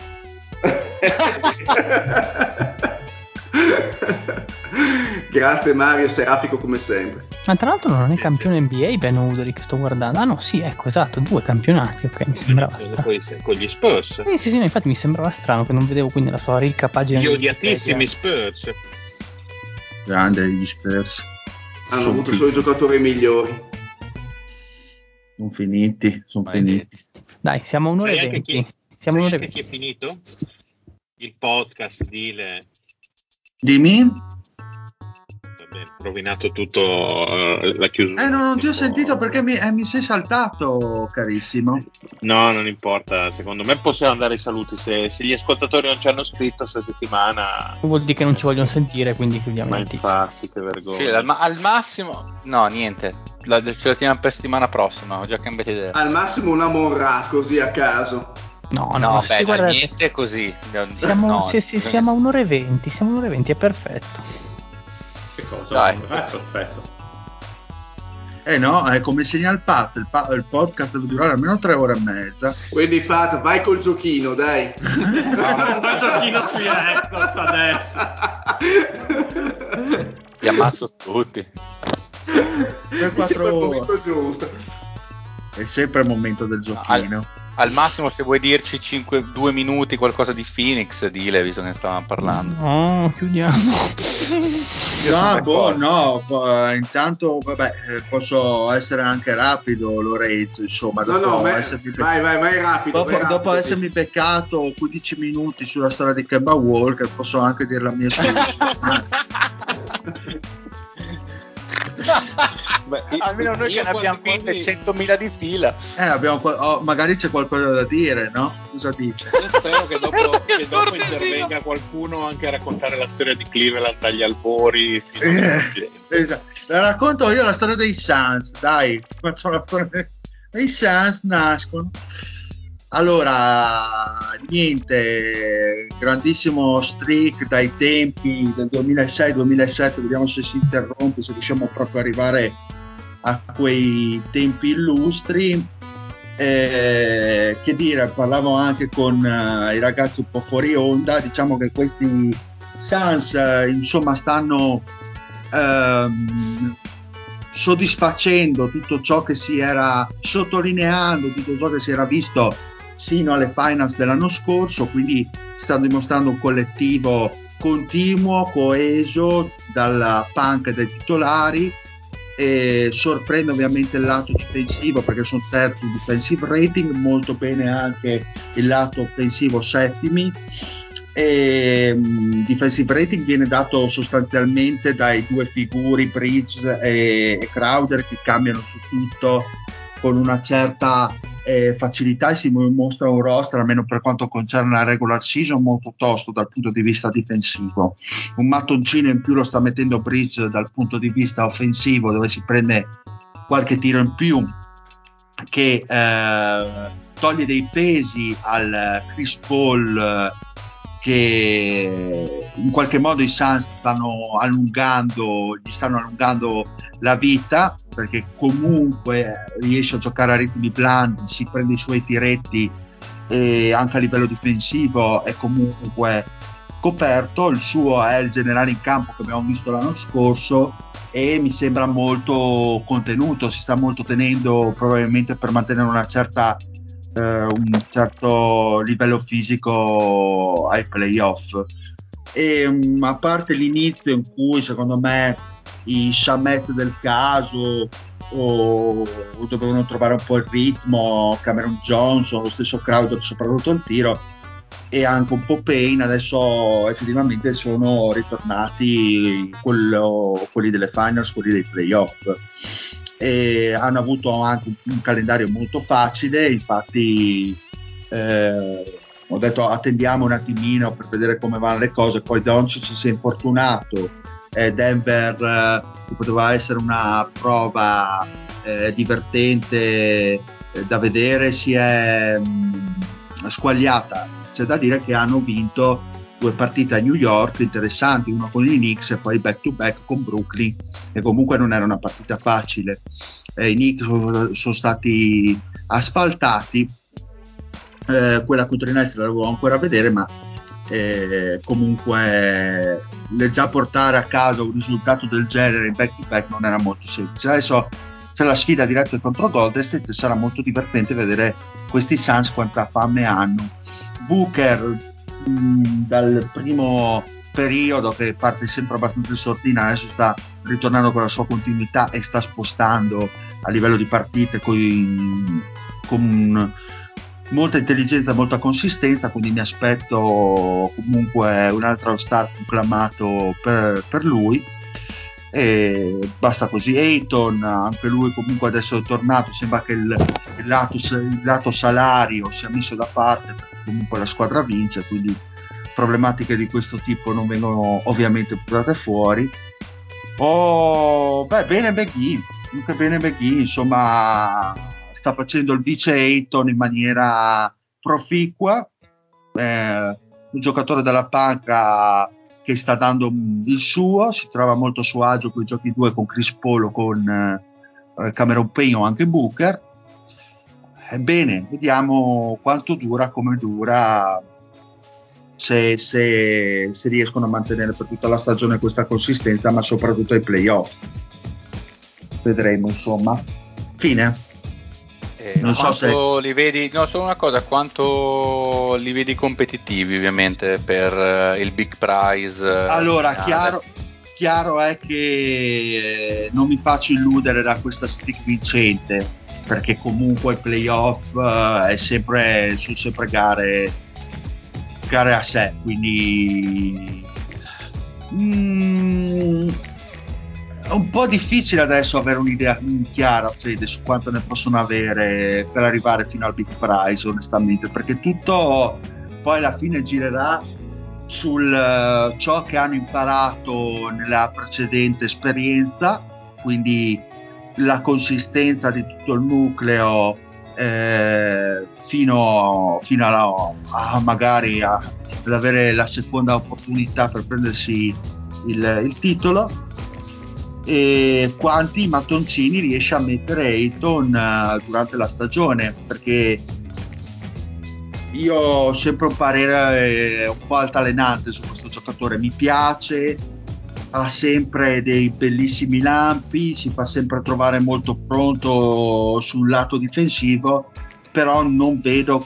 Grazie Mario, serafico come sempre. Ma tra l'altro non è campione NBA Ben Udrih, sto guardando. Ah no, sì, ecco, esatto, 2 campionati, ok, mi sembrava strano. Poi con gli Spurs. Sì, no, infatti mi sembrava strano che non vedevo quindi la sua ricca pagina. Gli odiatissimi Spurs. Grande gli Spurs. Hanno avuto solo i giocatori migliori. Sono finiti. Dai, siamo a un'ora e 20. Siamo un'ora e 20. Chi è finito? Il podcast, dile. Dimmi? Rovinato tutto la chiusura. No, non ti ho sentito perché mi sei saltato, carissimo. No, non importa, secondo me possiamo andare ai saluti. Se gli ascoltatori non ci hanno scritto questa settimana vuol dire che non ci vogliono sentire, quindi chiudiamo. Ma infatti, che vergogna. Sì, al massimo no, niente, ce la teniamo per settimana prossima, ho già cambiato idea. Al massimo una Morra così a caso. No, beh, guardate, niente così. Siamo a un'ora e 20, è perfetto. Che cosa? Dai. Perfetto. No, è come segna il Pat, il podcast deve durare almeno 3 ore e mezza. Quindi Pat, vai col giochino, dai. Un bel giochino sui records adesso. Ti ammazzo tutti. Per 4 ore. Giusto. È sempre il momento del giochino. Al massimo, se vuoi dirci 2 minuti qualcosa di Phoenix, dile, visto che ne stavamo parlando. No, chiudiamo. Intanto vabbè, posso essere anche rapido, Lorenzo, insomma. Vai rapido. Dopo essermi beccato 15 minuti sulla storia di Kemba Walker, posso anche dire la mia storia. Almeno noi che ne abbiamo queste 100.000 di fila. Magari c'è qualcosa da dire, no? Cosa dice? Io spero che dopo intervenga qualcuno anche a raccontare la storia di Cleveland dagli albori esatto. La racconto io la storia dei Suns, dai, faccio la storia dei Suns. Nascono. Allora, niente, grandissimo streak dai tempi del 2006-2007, vediamo se si interrompe, se riusciamo proprio ad arrivare a quei tempi illustri. Che dire, parlavo anche con i ragazzi un po' fuori onda, diciamo che questi Suns insomma stanno soddisfacendo tutto ciò che si era sottolineando, tutto ciò che si era visto sino alle finals dell'anno scorso, quindi stanno dimostrando un collettivo continuo, coeso, dalla panca dei titolari, e sorprende ovviamente il lato difensivo perché sono terzi in defensive rating, molto bene anche il lato offensivo, settimi. Defensive rating viene dato sostanzialmente dai due figuri Bridges e Crowder, che cambiano su tutto con una certa facilità, e si mostra un roster, almeno per quanto concerne la regular season, molto tosto dal punto di vista difensivo. Un mattoncino in più lo sta mettendo Bridges dal punto di vista offensivo, dove si prende qualche tiro in più che toglie dei pesi al Chris Paul, che in qualche modo i Suns gli stanno allungando la vita, perché comunque riesce a giocare a ritmi blandi, si prende i suoi tiretti e anche a livello difensivo è comunque coperto. Il suo è il generale in campo che abbiamo visto l'anno scorso e mi sembra molto contenuto, si sta molto tenendo probabilmente per mantenere un certo livello fisico ai playoff. E a parte l'inizio in cui secondo me i Shamet del caso o dovevano trovare un po' il ritmo, Cameron Johnson, lo stesso Crowder soprattutto il tiro, e anche un po' Payne, adesso effettivamente sono ritornati quelli delle finals, quelli dei playoff, e hanno avuto anche un calendario molto facile. Infatti ho detto attendiamo un attimino per vedere come vanno le cose, poi Doncic si è infortunato, Denver poteva essere una prova divertente da vedere, si è squagliata. C'è da dire che hanno vinto 2 partite a New York interessanti, una con i Knicks e poi back to back con Brooklyn, e comunque non era una partita facile. I Knicks sono stati asfaltati, quella contro i Nets la devo ancora vedere, ma comunque già portare a casa un risultato del genere in back to back non era molto semplice. Adesso c'è la sfida diretta contro Golden State, sarà molto divertente vedere questi Suns quanta fame hanno. Booker dal primo periodo, che parte sempre abbastanza in sordina, adesso sta ritornando con la sua continuità e sta spostando a livello di partite con molta intelligenza, molta consistenza, quindi mi aspetto comunque un altro star conclamato per lui, e basta così. Ayton, anche lui comunque adesso è tornato, sembra che il lato salario sia messo da parte, perché comunque la squadra vince, quindi problematiche di questo tipo non vengono ovviamente portate fuori. Bene McGee, insomma, sta facendo il vice Ayton in maniera proficua, un giocatore della panca che sta dando il suo, si trova molto a suo agio con i giochi 2 con Chris Paul o con Cameron Payne o anche Booker. Bene, vediamo quanto dura, come dura, se riescono a mantenere per tutta la stagione questa consistenza, ma soprattutto ai playoff. Vedremo, insomma. Fine. Non so se li vedi, no, solo una cosa, quanto li vedi competitivi ovviamente per il big prize. Allora, chiaro è che non mi faccio illudere da questa streak vincente, perché comunque il playoff sono sempre gare a sé, quindi è un po' difficile adesso avere un'idea chiara, Fede, su quanto ne possono avere per arrivare fino al big prize, onestamente, perché tutto poi alla fine girerà sul ciò che hanno imparato nella precedente esperienza, quindi la consistenza di tutto il nucleo fino a magari ad avere la seconda opportunità per prendersi il titolo, e quanti mattoncini riesce a mettere Ayton durante la stagione, perché io ho sempre un parere un po' altalenante su questo giocatore. Mi piace, ha sempre dei bellissimi lampi, si fa sempre trovare molto pronto sul lato difensivo, però non vedo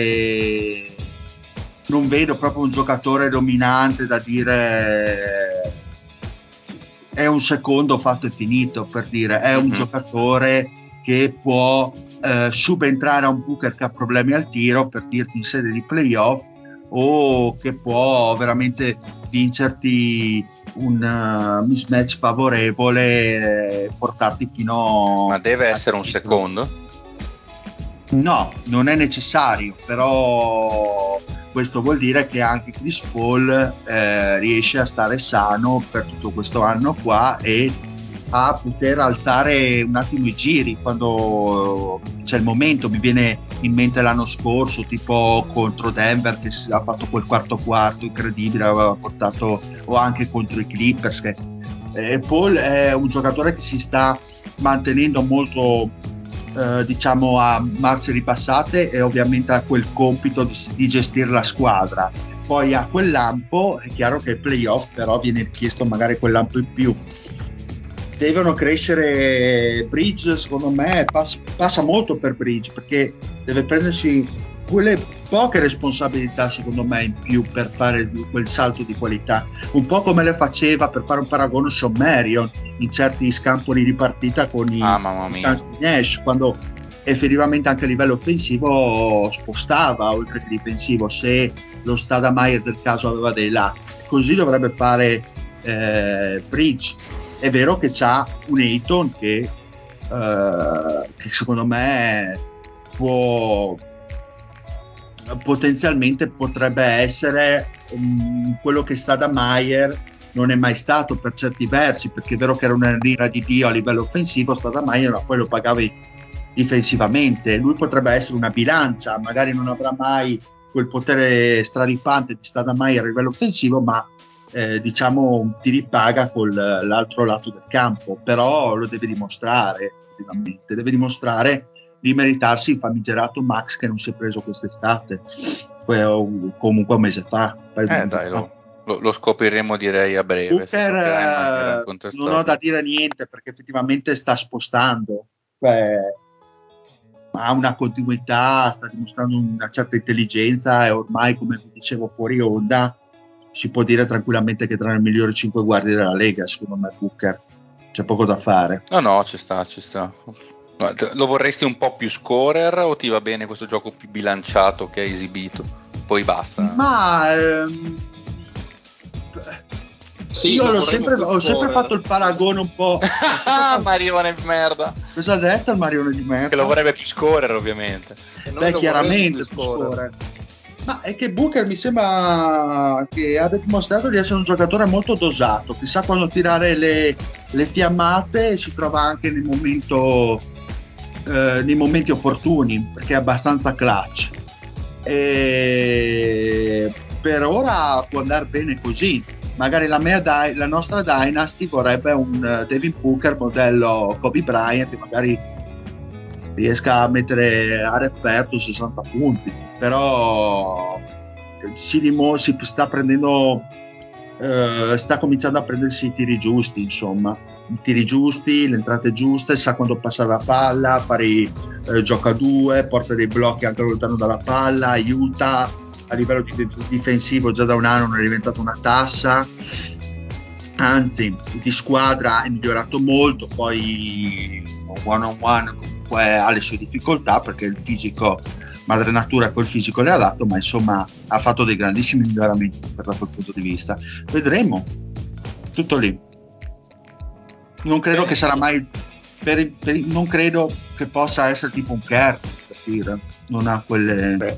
proprio un giocatore dominante da dire è un secondo fatto e finito, per dire è un giocatore che può subentrare a un Booker che ha problemi al tiro, per dirti in sede di playoff, o che può veramente vincerti un mismatch favorevole e portarti fino. Ma deve essere un secondo? No, non è necessario, però questo vuol dire che anche Chris Paul riesce a stare sano per tutto questo anno qua e a poter alzare un attimo i giri quando c'è il momento. Mi viene in mente l'anno scorso, tipo contro Denver, che ha fatto quel quarto incredibile, aveva portato, o anche contro i Clippers. Paul è un giocatore che si sta mantenendo molto diciamo a marce ripassate, e ovviamente ha quel compito di gestire la squadra. Poi ha quel lampo, è chiaro che ai playoff però viene richiesto magari quel lampo in più. Devono crescere. Bridge, secondo me, passa molto per Bridge, perché deve prendersi quelle poche responsabilità, secondo me, in più per fare quel salto di qualità, un po' come le faceva, per fare un paragone, Sean Marion in certi scampoli di partita con i Suns di Nash, quando effettivamente anche a livello offensivo spostava oltre che difensivo, se lo Stoudemire del caso aveva dei lati. Così dovrebbe fare Bridge. È vero che c'ha un Ayton che secondo me potenzialmente potrebbe essere quello che Stoudemire non è mai stato per certi versi, perché è vero che era una lira di Dio a livello offensivo, Stoudemire, ma poi lo pagavi difensivamente. Lui potrebbe essere una bilancia, magari non avrà mai quel potere straripante di Stoudemire a livello offensivo, ma diciamo ti ripaga con l'altro lato del campo. Però lo deve dimostrare, effettivamente deve dimostrare di meritarsi il famigerato max che non si è preso quest'estate, comunque un mese fa. Dai, lo scopriremo, direi, a breve. Booker, non ho da dire niente, perché effettivamente sta spostando, ha una continuità, sta dimostrando una certa intelligenza, e ormai, come vi dicevo fuori onda, si può dire tranquillamente che tra le migliori 5 guardie della Lega, secondo me Booker, c'è poco da fare. No, ci sta. Lo vorresti un po' più scorer, o ti va bene questo gioco più bilanciato che hai esibito? Poi basta. Ma sì, io ho sempre fatto il paragone un po'. Marione di merda. Cosa ha detto il Marione di merda? Che lo vorrebbe più scorer, ovviamente. Beh, chiaramente più scorer. Ma è che Booker mi sembra che abbia dimostrato di essere un giocatore molto dosato, che sa quando tirare le fiammate, e si trova anche nei momenti opportuni, perché è abbastanza clutch. E per ora può andare bene così. Magari la nostra Dynasty vorrebbe un Devin Booker modello Kobe Bryant, che magari riesca a mettere a referto 60 punti, però si sta prendendo, sta cominciando a prendersi i tiri giusti, insomma, i tiri giusti, le entrate giuste, sa quando passare la palla, fare gioca a due, porta dei blocchi anche lontano dalla palla, aiuta a livello difensivo. Già da un anno non è diventata una tassa, anzi di squadra è migliorato molto. Poi one on one comunque ha le sue difficoltà, perché il fisico, madre natura quel fisico le ha dato, ma insomma ha fatto dei grandissimi miglioramenti da quel punto di vista. Vedremo, tutto lì. Non credo che sarà mai non credo che possa essere tipo un Kerr, per dire, non ha quelle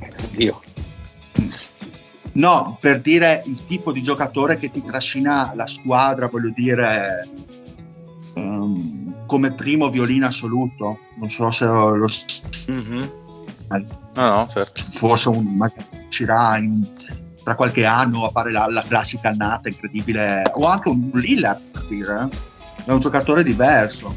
no, per dire il tipo di giocatore che ti trascina la squadra, voglio dire, come primo violino assoluto. Non so se lo No, certo. Forse magari uscirà tra qualche anno a fare la classica annata incredibile, o anche un Lillard, per dire, è un giocatore diverso.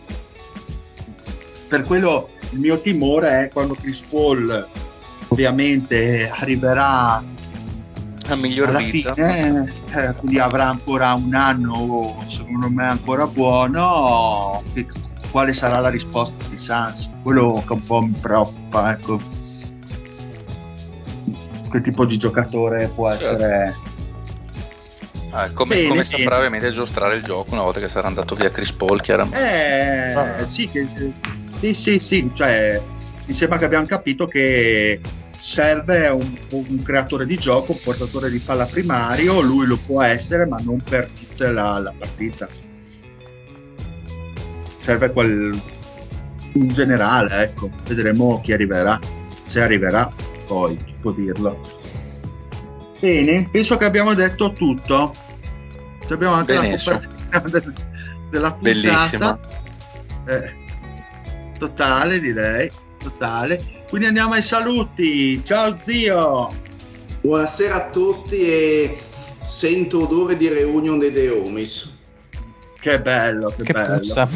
Per quello il mio timore è quando Chris Paul ovviamente arriverà a miglior alla vita, fine, quindi avrà ancora un anno, secondo me ancora buono, quale sarà la risposta di Suns? Quello che un po' mi preoccupa, ecco. Che tipo di giocatore può essere? Come saprà ovviamente giostrare il gioco una volta che sarà andato via Chris Paul, chiaramente. Sì, cioè mi sembra che abbiamo capito che serve un creatore di gioco, un portatore di palla primario. Lui lo può essere, ma non per tutta la partita. Serve in generale, ecco. Vedremo chi arriverà, se arriverà, poi chi può dirlo. Bene, penso che abbiamo detto tutto. Abbiamo anche benissimo. La copertina della puntata. Bellissima. Totale, direi, totale. Quindi andiamo ai saluti. Ciao zio. Buonasera a tutti e sento odore di reunion dei The Homies. Che bello, che bello. Puzza.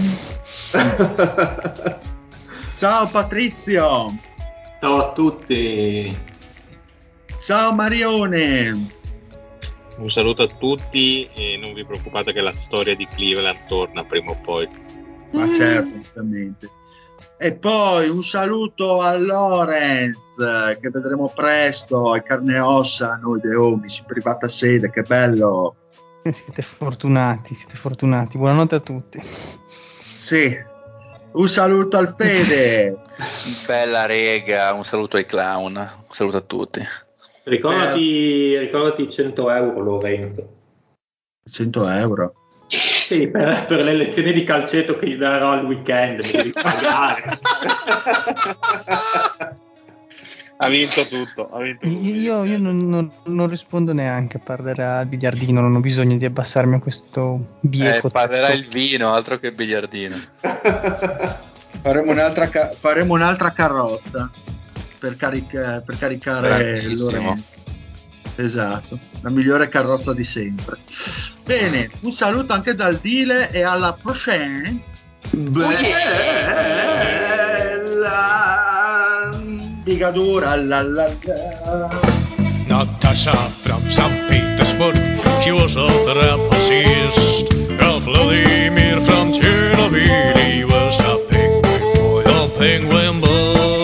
Ciao Patrizio. Ciao a tutti. Ciao Marione. Un saluto a tutti e non vi preoccupate che la storia di Cleveland torna prima o poi. Ma certo, ovviamente. E poi un saluto a Lorenz, che vedremo presto ai carne e ossa, noi The Homies in privata sede, che bello. Siete fortunati. Buonanotte a tutti. Sì. Un saluto al Fede. Bella rega, un saluto ai clown, un saluto a tutti. Ricordati 100 euro, Lorenzo. 100 euro. Sì, per le lezioni di calcetto che gli darò al weekend, mi devi pagare. Ha vinto tutto. Io non rispondo neanche a parlare al biliardino, non ho bisogno di abbassarmi a questo bieco Parlerà testo. il vino, altro che biliardino. Faremo un'altra carrozza per caricare Lorenzo. Esatto, la migliore carrozza di sempre. Bene, un saluto anche dal Dile e alla prochaine. Bella. Bigadura la la la. Natasha from St. Petersburg, she was a trapezist. Vladimir from Chernobyl, he was a penguin boy, a penguin boy.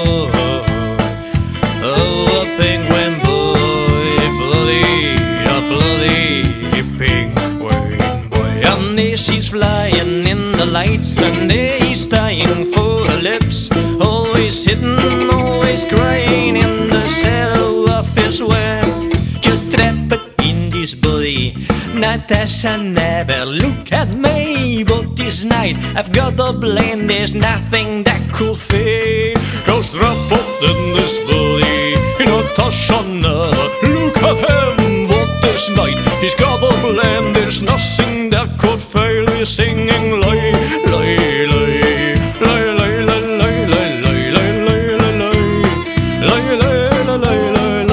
Oh, a penguin boy, a bloody penguin boy. And there she's flying in the lights, and there he's dying for her lips. Always hidden, always crying in the shadow of his web. Just trapped in this body. Natasha, never look at me, but this night I've got a blame. There's nothing that could fade. Cause trapped in this body. Natasha, never look at him, but this night he's got a blame. There's nothing that could fail. He's singing lay, lay, lay, lay, lay, lay, lay, lay, lay, lay, lay, lay, lay, lay,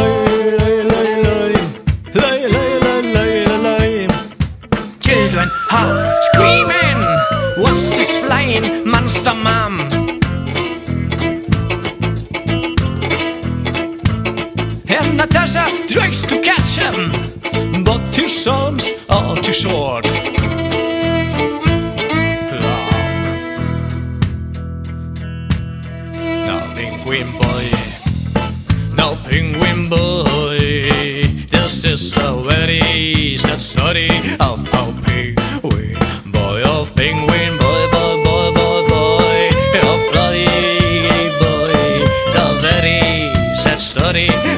children are screaming. What's this flying monster, mom? And Natasha tries to catch him, but his arms are too short. Now, penguin boy, now penguin boy, this is the very sad story of how penguin boy, of penguin boy, boy, boy, boy, boy, of bloody boy, the very sad story